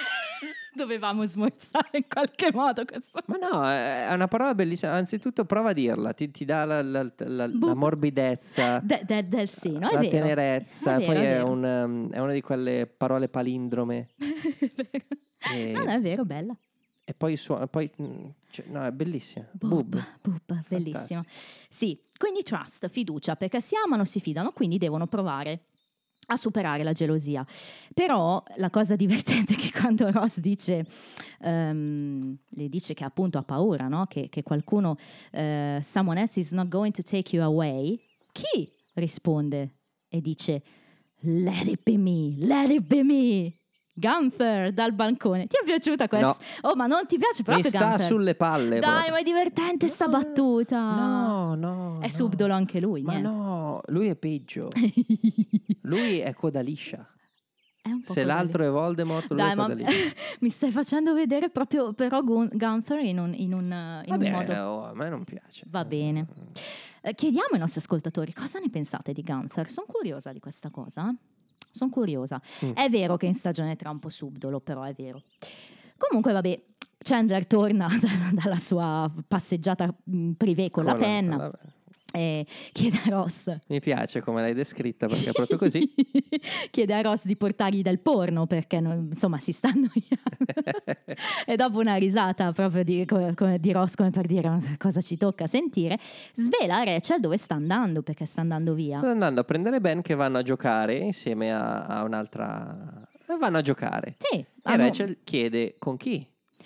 Dovevamo smorzare in qualche modo questo. Ma no, è una parola bellissima. Anzitutto prova a dirla, ti, ti dà la, la- la- la Boob. morbidezza, De- de- del seno, è la vero. tenerezza. È vero, poi è è, vero. un, um, è una di quelle parole palindrome. È vero. E, No, no, è vero, bella. e poi, suona, poi mm, cioè, no, è bellissima. Boob, Boob. boob, bellissimo. Sì, quindi trust, fiducia, perché si amano, si fidano, quindi devono provare a superare la gelosia. Però la cosa divertente è che quando Ross dice, ehm, le dice che appunto ha paura, no? che, che qualcuno, eh, someone else is not going to take you away, chi risponde e dice let it be me, let it be me. Gunther dal balcone. Ti è piaciuta questa? No. Oh, ma non ti piace proprio Mi sta Gunther? sulle palle. Dai, proprio. ma è divertente sta battuta. No, no. È no. subdolo anche lui, Ma niente. no, lui è peggio. Lui è coda liscia. È un po' Se così. l'altro è Voldemort, lui Dai, è ma coda liscia. mi stai facendo vedere proprio però Gun- Gunther in un, in un, in un Vabbè, modo... oh, a me non piace. Va bene. Eh, chiediamo ai nostri ascoltatori cosa ne pensate di Gunther. Sono curiosa di questa cosa. Sono curiosa. Mm. È vero che in stagione tre è un po' subdolo, però è vero. Comunque, vabbè, Chandler torna da- dalla sua passeggiata mh, privé con la Con la- penna vabbè. e chiede a Ross Mi piace come l'hai descritta perché è proprio così. chiede a Ross di portargli del porno perché non- insomma si sta annoiando e dopo una risata proprio di, come- come di Ross come per dire "Ma cosa ci tocca sentire", svela a Rachel dove sta andando perché sta andando via. Sto andando a prendere Ben che vanno a giocare insieme a, a un'altra... eh, Vanno a giocare. Sì, E hanno- Rachel chiede con chi?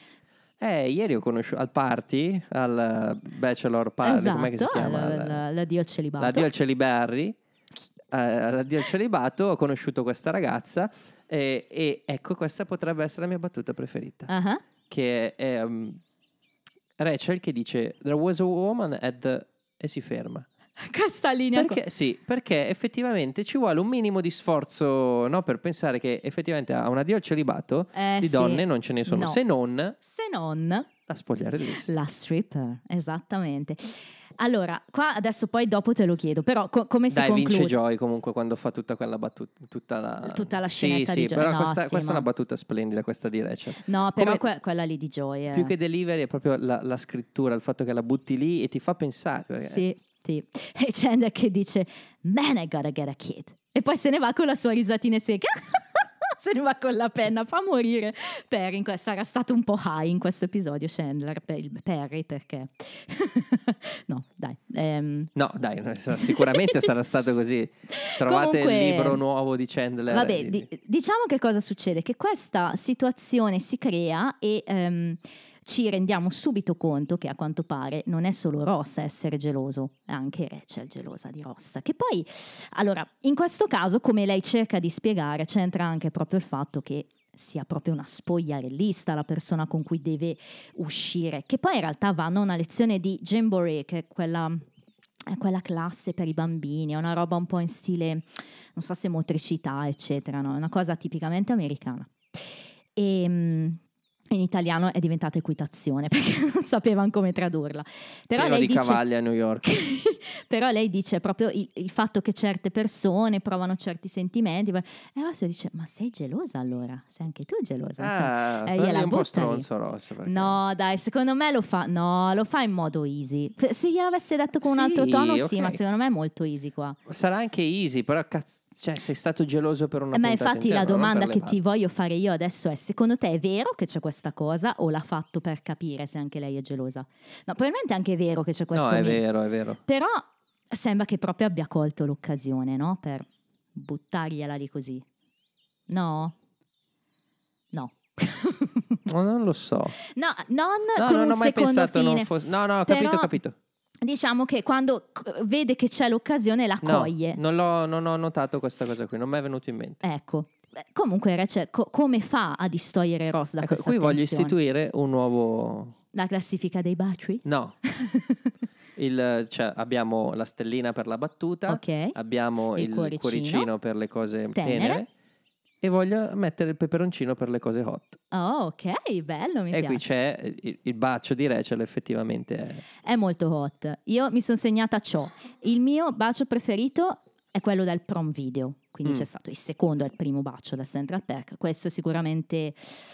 Eh, ieri ho conosciuto al party, al bachelor party, esatto, com'è che si chiama? la- la- l'addio al celibato. L'addio al celibarri. Eh, all'addio al celibato ho conosciuto questa ragazza e, e ecco questa potrebbe essere la mia battuta preferita. Ah, Che è um, Rachel che dice there was a woman at the... e si ferma. questa linea qua. Perché, sì, perché effettivamente ci vuole un minimo di sforzo, no, per pensare che effettivamente a un addio al celibato Eh, di sì. donne non ce ne sono, No. se non Se non la spogliarellista. la stripper, esattamente. Allora, qua adesso poi dopo te lo chiedo, però co- come si Dai, conclude? vince Joy comunque quando fa tutta quella battuta, tutta la, Tutta la sì, scenetta sì, di Joy. però No, questa, sì, questa è ma- una battuta splendida, questa di Rachel. No, però Come- que- quella lì di Joy è... Più che delivery è proprio la, la scrittura, il fatto che la butti lì e ti fa pensare. perché- Sì, sì. E Chandler che dice, man, I gotta get a kid. E poi se ne va con la sua risatina secca. Se ne va con la penna, fa morire Perry. In que- sarà stato un po' high in questo episodio Chandler, per il- Perry, perché... no, dai. ehm, No, dai, non sa- sicuramente sarà stato così. Trovate Comunque- il libro nuovo di Chandler. Vabbè, e- di- diciamo che cosa succede? Che questa situazione si crea e ehm, ci rendiamo subito conto che a quanto pare non è solo Ross a essere geloso, è anche Rachel gelosa di Ross. Che poi, allora, in questo caso, come lei cerca di spiegare, c'entra anche proprio il fatto che sia proprio una spogliarellista la persona con cui deve uscire, che poi in realtà vanno a una lezione di Jamboree, che è quella... è quella classe per i bambini, è una roba un po' in stile, non so se motricità, eccetera, no? È una cosa tipicamente americana. E mm, in italiano è diventata equitazione, perché non sapevano come tradurla. Però pieno lei di dice, cavalli a New York. però lei dice proprio il, il fatto che certe persone provano certi sentimenti, e Ross dice, ma sei gelosa allora? Sei anche tu gelosa? Ah, Sì. E però gliela è un po' butta lì. stronzo Ross. perché- No, dai, secondo me lo fa. No, lo fa in modo easy. F- Se gliel'avesse detto con un Sì, altro tono, sì, ok. ma secondo me è molto easy qua. Sarà anche easy, però cazzo, cioè, sei stato geloso per una Eh, ma puntata infatti intera, la non domanda per le che ti voglio fare io adesso è: secondo te è vero che c'è questa cosa o l'ha fatto per capire se anche lei è gelosa? No, probabilmente è anche vero che c'è questo. No, è mi- vero, è vero. Però sembra che proprio abbia colto l'occasione, no? Per buttargliela lì così. No? No. No, non lo so. No, non No, con non un ho mai secondo pensato fine. non fosse... No, no, ho capito, Però- ho capito. Diciamo che quando c- vede che c'è l'occasione la No, coglie. non, l'ho, non ho notato questa cosa qui, non mi è venuto in mente. Ecco. Beh, comunque Rachel, co- come fa a distogliere Ross da Ecco, questa qui voglio tensione? istituire un nuovo... La classifica dei baci? No. Il, cioè, abbiamo la stellina per la battuta, Ok. abbiamo Il il, cuoricino. cuoricino per le cose Tenere. tenere. E voglio mettere il peperoncino per le cose hot. Oh, ok, bello, mi e piace. qui c'è il, il bacio di Rachel, effettivamente è... È molto hot. Io mi sono segnata ciò. Il mio bacio preferito è quello del prom video. Quindi Mm. c'è stato il secondo e il primo bacio da Central Perk. Questo sicuramente...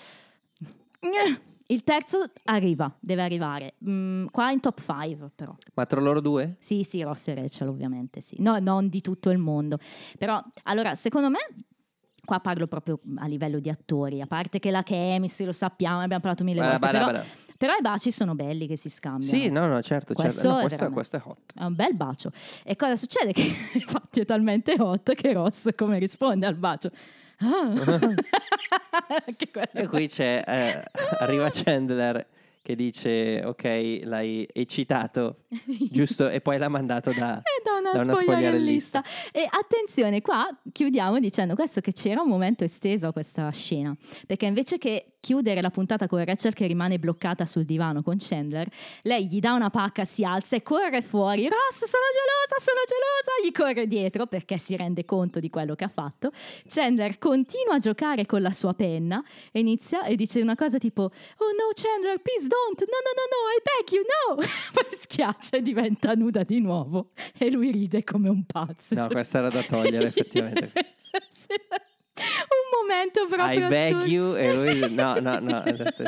Il terzo arriva, deve arrivare. Mm, qua in top cinque però. Ma tra loro due? Sì, sì, Ross e Rachel ovviamente, sì. No, non di tutto il mondo. Però, allora, secondo me, qua parlo proprio a livello di attori, a parte che la chemistry, lo sappiamo, ne abbiamo parlato mille Bada, volte, bada, però, bada. però i baci sono belli che si scambiano. Sì, no, no, certo. Questo certo. No, è questo, veramente- questo è hot. È un bel bacio. E cosa succede? Che infatti è talmente hot che Ross come risponde al bacio? Ah. Che quello- E qui c'è, eh, arriva Chandler che dice, ok, l'hai eccitato, giusto? E poi l'ha mandato da, E da una, da una spogliarellista. spogliarellista. E attenzione, qua chiudiamo dicendo questo, che c'era un momento esteso a questa scena, perché invece che chiudere la puntata con Rachel che rimane bloccata sul divano con Chandler, lei gli dà una pacca, si alza e corre fuori. Ross, sono gelosa, sono gelosa, gli corre dietro perché si rende conto di quello che ha fatto. Chandler continua a giocare con la sua penna e inizia e dice una cosa tipo: oh no Chandler, please don't, no no no no, I beg you, no. Poi schiaccia e diventa nuda di nuovo e lui ride come un pazzo. No, Cioè- questa era da togliere, effettivamente. Sì, un momento proprio I beg assurdo. you, e lui... Sì. No, no, no. esatto.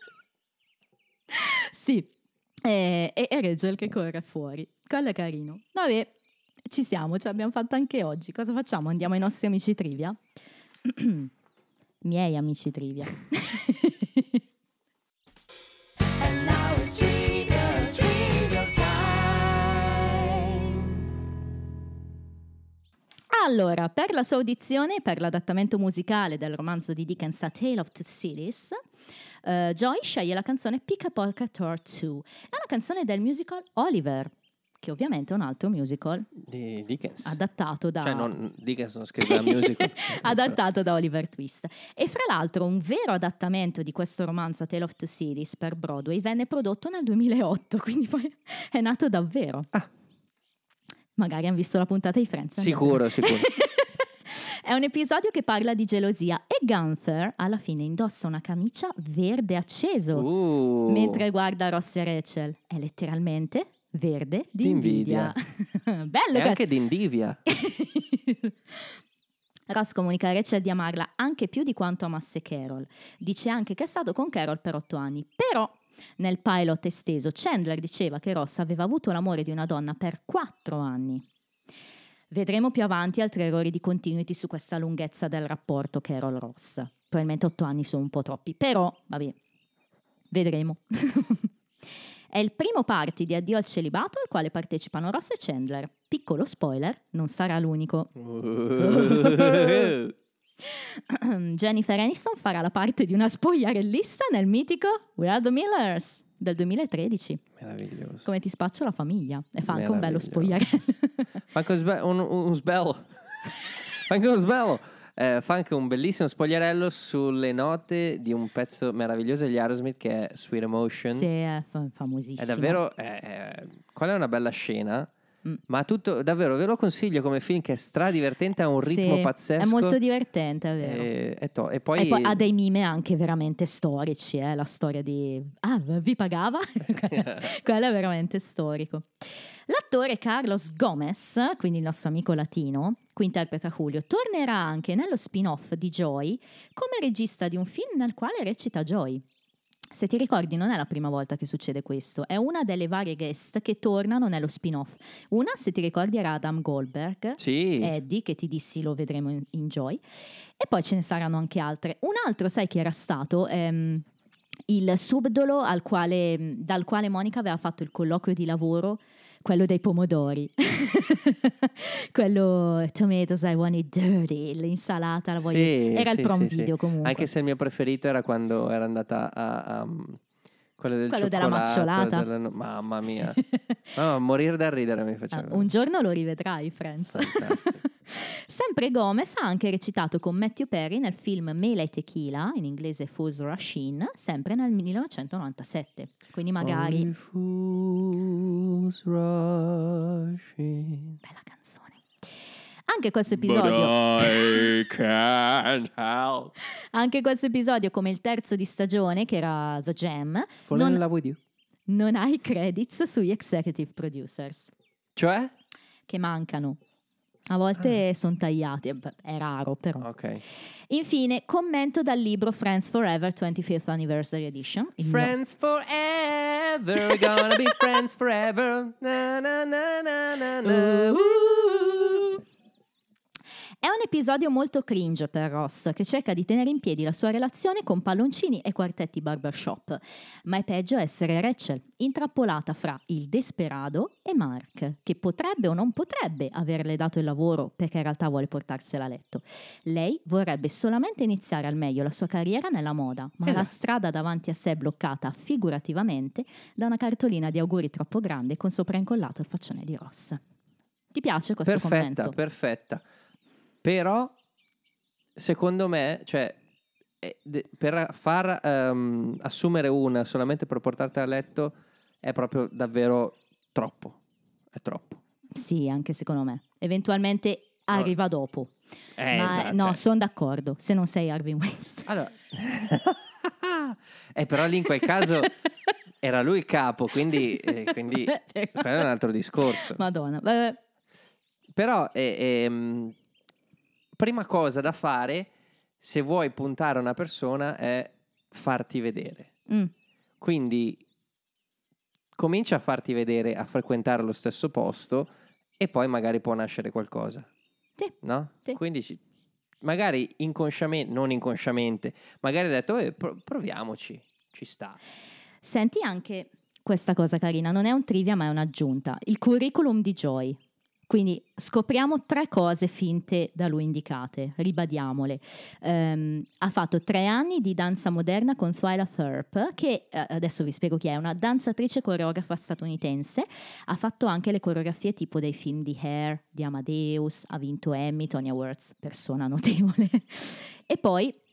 Sì, e, e, e Rachel che corre fuori. Quello è carino. Vabbè, ci siamo, ce l'abbiamo fatta anche oggi. Cosa facciamo? Andiamo ai nostri amici trivia? Miei amici trivia. Allora, per la sua audizione, per l'adattamento musicale del romanzo di Dickens A Tale of Two Cities, eh, Joy sceglie la canzone Pick a Pocket or Two. È una canzone del musical Oliver, che ovviamente è un altro musical Di Dickens. adattato da... Cioè, non, Dickens non scrive la musical. adattato da Oliver Twist. E fra l'altro un vero adattamento di questo romanzo A Tale of Two Cities per Broadway venne prodotto nel duemilaotto, quindi poi è nato davvero. Ah. Magari hanno visto la puntata di Friends. Sicuro, sicuro. È un episodio che parla di gelosia e Gunther alla fine indossa una camicia verde acceso Uh. mentre guarda Ross e Rachel. È letteralmente verde di invidia. Bello E questo. anche di Indivia. Ross comunica a Rachel di amarla anche più di quanto amasse Carol. Dice anche che è stato con Carol per otto anni. Però nel pilot esteso Chandler diceva che Ross aveva avuto l'amore di una donna per quattro anni. Vedremo più avanti altri errori di continuity su questa lunghezza del rapporto Carol-Ross. Probabilmente otto anni sono un po' troppi, però vabbè, vedremo. È il primo party di addio al celibato al quale partecipano Ross e Chandler. Piccolo spoiler, non sarà l'unico. Jennifer Aniston farà la parte di una spogliarellista nel mitico We Are the Millers del duemilatredici. Meraviglioso. Come ti spaccio la famiglia. E fa anche un bello Meraviglioso. spogliarello. Fa anche un, sbe- un, un sbello. Fa anche uno sbello. Eh, fa anche un bellissimo spogliarello sulle note di un pezzo meraviglioso degli Aerosmith che è Sweet Emotion. Sì, è fa- famosissimo. È davvero, è, è- quella è una bella scena, mm. ma tutto, davvero, ve lo consiglio come film che è stradivertente, ha un ritmo Sì, pazzesco. è molto divertente, è vero. E, e to- e poi, E poi ha dei mime anche veramente storici, eh? La storia di... Ah, vi pagava? Quello è veramente storico. L'attore Carlos Gomez, quindi il nostro amico latino, qui interpreta Julio, tornerà anche nello spin-off di Joy come regista di un film nel quale recita Joy. Se ti ricordi, non è la prima volta che succede questo, è una delle varie guest che tornano nello spin-off. Una, se ti ricordi, era Adam Goldberg, Sì. Eddie, che ti dissi lo vedremo in, in Joy, e poi ce ne saranno anche altre. Un altro, sai chi era stato? Ehm, il subdolo al quale, dal quale Monica aveva fatto il colloquio di lavoro, quello dei pomodori. Quello tomatoes I want it dirty, l'insalata la voglio. Sì, era sì, il prom sì, video sì. comunque. Anche se il mio preferito era quando era andata a... a quello del Quello della cioccolato, macciolata. della- no, mamma mia. No, morire da ridere mi faceva. Ah, un giorno lo rivedrai, Friends. Fantastico. Sempre Gomez ha anche recitato con Matthew Perry nel film Mela e Tequila, in inglese Fools Rush In, sempre nel millenovecentonovantasette. Quindi magari... Only fools rush in. Bella canzone. Anche questo episodio... I can't help. Anche questo episodio, come il terzo di stagione, che era The Jam, Falling in non, love with you. non ha i credits sugli executive producers, Cioè? che mancano. A volte sono tagliati, beh, è raro però. Ok. Infine, commento dal libro Friends Forever twenty-fifth Anniversary Edition. Il mio- Friends forever, we're gonna be friends forever. Na, na, na, na, na, na. Uh. È un episodio molto cringe per Ross, che cerca di tenere in piedi la sua relazione con palloncini e quartetti barbershop. Ma è peggio essere Rachel, intrappolata fra il desperado e Mark, che potrebbe o non potrebbe averle dato il lavoro perché in realtà vuole portarsela a letto. Lei vorrebbe solamente iniziare al meglio la sua carriera nella moda, ma Esatto. la strada davanti a sé è bloccata figurativamente da una cartolina di auguri troppo grande con sopra incollato il faccione di Ross. Ti piace questo Perfetta, commento? perfetta. Però, secondo me, cioè, eh, de- per far ehm, assumere una solamente per portarti a letto è proprio davvero troppo. È troppo. Sì, anche secondo me. Eventualmente arriva dopo. Eh, Ma esatto, no, cioè. sono d'accordo, se non sei Harvey Weinstein. Allora, eh, però lì in quel caso era lui il capo, quindi, eh, quindi quello è un altro discorso. Madonna. Vabbè. Però, eh, ehm, prima cosa da fare, se vuoi puntare a una persona, è farti vedere. Mm. Quindi comincia a farti vedere, a frequentare lo stesso posto e poi magari può nascere qualcosa. Sì. No? Sì. Quindi ci- magari inconsciamente, non inconsciamente, magari hai detto, eh, pro- proviamoci, ci sta. Senti anche questa cosa carina, non è un trivia ma è un'aggiunta. Il curriculum di Joy. Quindi scopriamo tre cose finte da lui indicate, ribadiamole. Ehm, ha fatto tre anni di danza moderna con Twyla Tharp, che eh, adesso vi spiego chi è, una danzatrice coreografa statunitense. Ha fatto anche le coreografie tipo dei film di Hair, di Amadeus, ha vinto Emmy, Tony Awards, persona notevole. E poi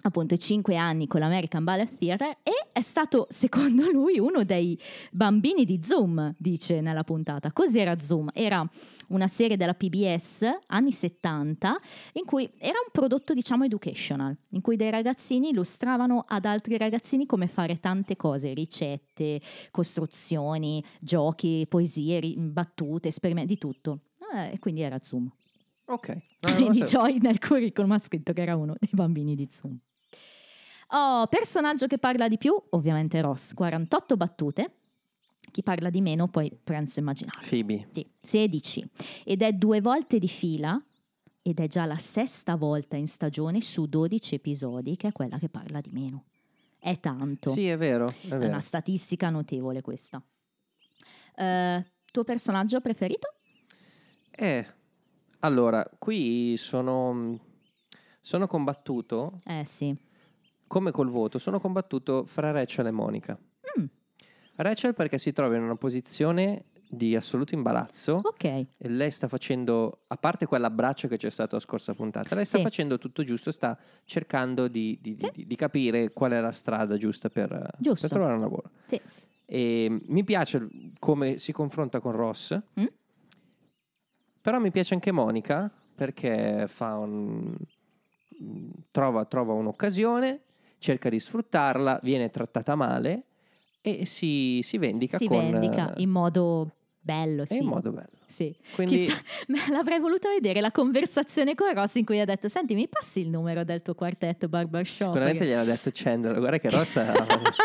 appunto i cinque anni con l'American Ballet Theatre e è stato secondo lui uno dei bambini di Zoom, dice nella puntata. Cos'era Zoom? Era una serie della P B S anni settanta in cui era un prodotto diciamo educational, in cui dei ragazzini illustravano ad altri ragazzini come fare tante cose, ricette, costruzioni, giochi, poesie, ri- battute, esperimenti, di tutto. Eh, e quindi era Zoom. Ok. Quindi Joy nel curriculum ha scritto che era uno dei bambini di Zoom. Oh, personaggio che parla di più, ovviamente Ross, quarantotto battute. Chi parla di meno poi penso immaginare. Phoebe. Sì, sedici. Ed è due volte di fila, ed è già la sesta volta in stagione su dodici episodi, che è quella che parla di meno. È tanto. Sì, è vero. È, È vero. una statistica notevole questa. Uh, tuo personaggio preferito? Eh, allora, qui sono, sono combattuto, Eh sì. come col voto, sono combattuto fra Rachel e Monica. Mm. Rachel perché si trova in una posizione di assoluto imbarazzo. Ok. E lei sta facendo, a parte quell'abbraccio che c'è stato la scorsa puntata, lei sta Sì. facendo tutto giusto, sta cercando di, di- Sì. di- di capire qual è la strada giusta per, Giusto. per trovare un lavoro. Sì. E mi piace come si confronta con Ross, Mm? però mi piace anche Monica perché fa un, trova, trova un'occasione, cerca di sfruttarla, viene trattata male e si, si vendica Si con, vendica in modo bello, e sì. in modo bello. Sì. Quindi- Chissà, me l'avrei voluta vedere la conversazione con Ross in cui ha detto: senti, mi passi il numero del tuo quartetto barbershop? Sicuramente Perché- gliel'ha detto Chandler, guarda che Ross ha-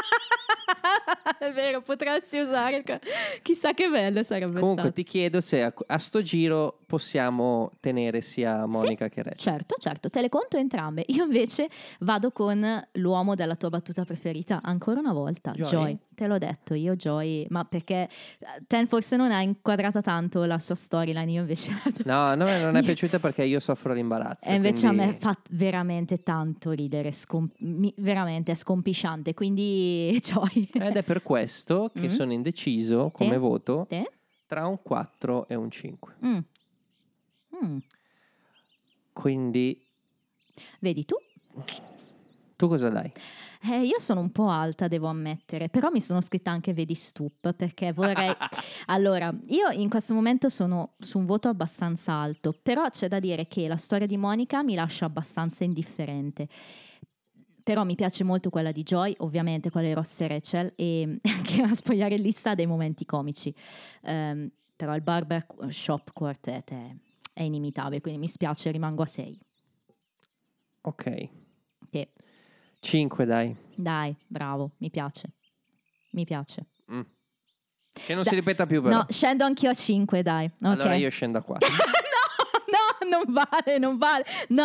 È vero, potresti usare. Chissà che bello sarebbe Comunque stato. ti chiedo se a, a sto giro possiamo tenere sia Monica che Rachel. Certo, certo, te le conto entrambe. Io invece vado con l'uomo della tua battuta preferita, ancora una volta, Joy? Joy. Te l'ho detto, io Joy, ma perché te forse non hai inquadrata tanto la sua storyline, io invece... No, no, non è piaciuta perché io soffro l'imbarazzo. E invece quindi- a me fa veramente tanto ridere, scom- mi- veramente è scompisciante, quindi Joy. Ed è per questo che Mm. sono indeciso come Sì. voto Te? tra un quattro e un cinque. Mm. Mm. Quindi Vedi tu? tu cosa dai? Eh, io sono un po' alta, devo ammettere, però mi sono scritta anche vedi stup, perché vorrei... Allora, io in questo momento sono su un voto abbastanza alto, però c'è da dire che la storia di Monica mi lascia abbastanza indifferente. Però mi piace molto quella di Joy, ovviamente quella di Ross e Rachel, e anche a spogliarellista ha dei momenti comici. Ehm, però il Barbershop Quartet è, è inimitabile, quindi mi spiace, rimango a sei. Ok. Sì. cinque dai. Dai, bravo, mi piace. Mi piace. Mm. Che non Da- si ripeta più però. No, scendo anch'io a cinque, dai. Ok. Allora io scendo a quattro. No, no, non vale, non vale. No.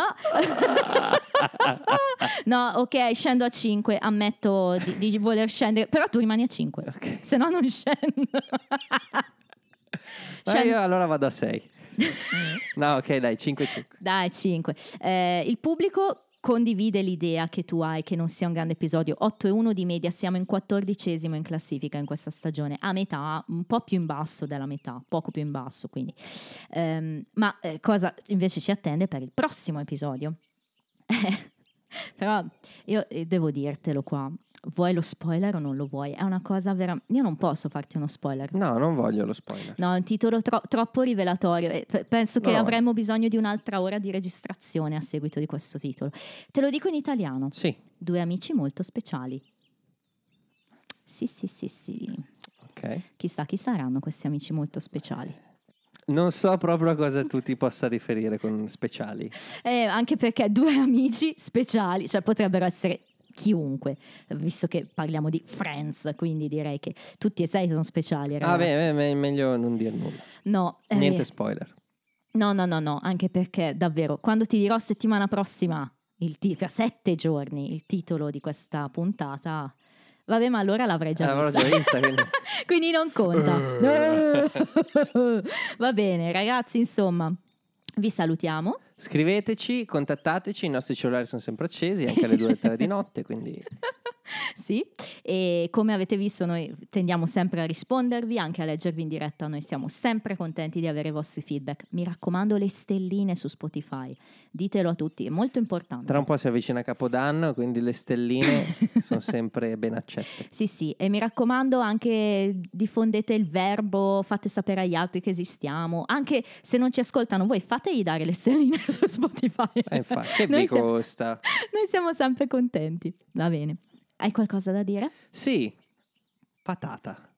No, ok, scendo a cinque. Ammetto di, di voler scendere. Però tu rimani a cinque. Ok. Se no non scendo. Ma Scendo- io allora vado a sei. No, ok, dai, cinque cinque. Dai, cinque. Eh, il pubblico condivide l'idea che tu hai che non sia un grande episodio. otto e uno di media, siamo in quattordicesimo in classifica in questa stagione, a metà, un po' più in basso della metà, poco più in basso, quindi. Ehm, ma eh, cosa invece ci attende per il prossimo episodio? Eh, però io eh, devo dirtelo qua, vuoi lo spoiler o non lo vuoi? È una cosa vera... Io non posso farti uno spoiler. No, non voglio lo spoiler. No, è un titolo tro- troppo rivelatorio e p- penso che No. avremmo bisogno di un'altra ora di registrazione a seguito di questo titolo. Te lo dico in italiano. Sì. Due amici molto speciali. Sì, sì, sì, sì. Ok. Chissà chi saranno questi amici molto speciali. Non so proprio a cosa tu ti possa riferire con speciali. Eh, anche perché due amici speciali, cioè potrebbero essere chiunque, visto che parliamo di Friends, quindi direi che tutti e sei sono speciali, Ah, ragazzi. beh, beh, meglio non dire nulla. No, eh, Niente spoiler. No, no, no, no, anche perché davvero, quando ti dirò settimana prossima, il ti- fra sette giorni, il titolo di questa puntata, vabbè, ma allora l'avrei già Ah, l'avrò vista. già vista, quindi. Quindi non conta. Va bene, ragazzi, insomma, vi salutiamo. Scriveteci, contattateci, i nostri cellulari sono sempre accesi, anche alle due e tre di notte, quindi Sì, e come avete visto noi tendiamo sempre a rispondervi, anche a leggervi in diretta, noi siamo sempre contenti di avere i vostri feedback. Mi raccomando, le stelline su Spotify, ditelo a tutti, è molto importante. Tra un po' si avvicina Capodanno, quindi le stelline sono sempre ben accette. Sì, sì, e mi raccomando anche diffondete il verbo, fate sapere agli altri che esistiamo, anche se non ci ascoltano voi, fategli dare le stelline su Spotify. Eh, infatti, che Noi vi siamo- costa? Noi siamo sempre contenti, va bene. Hai qualcosa da dire? Sì, patata.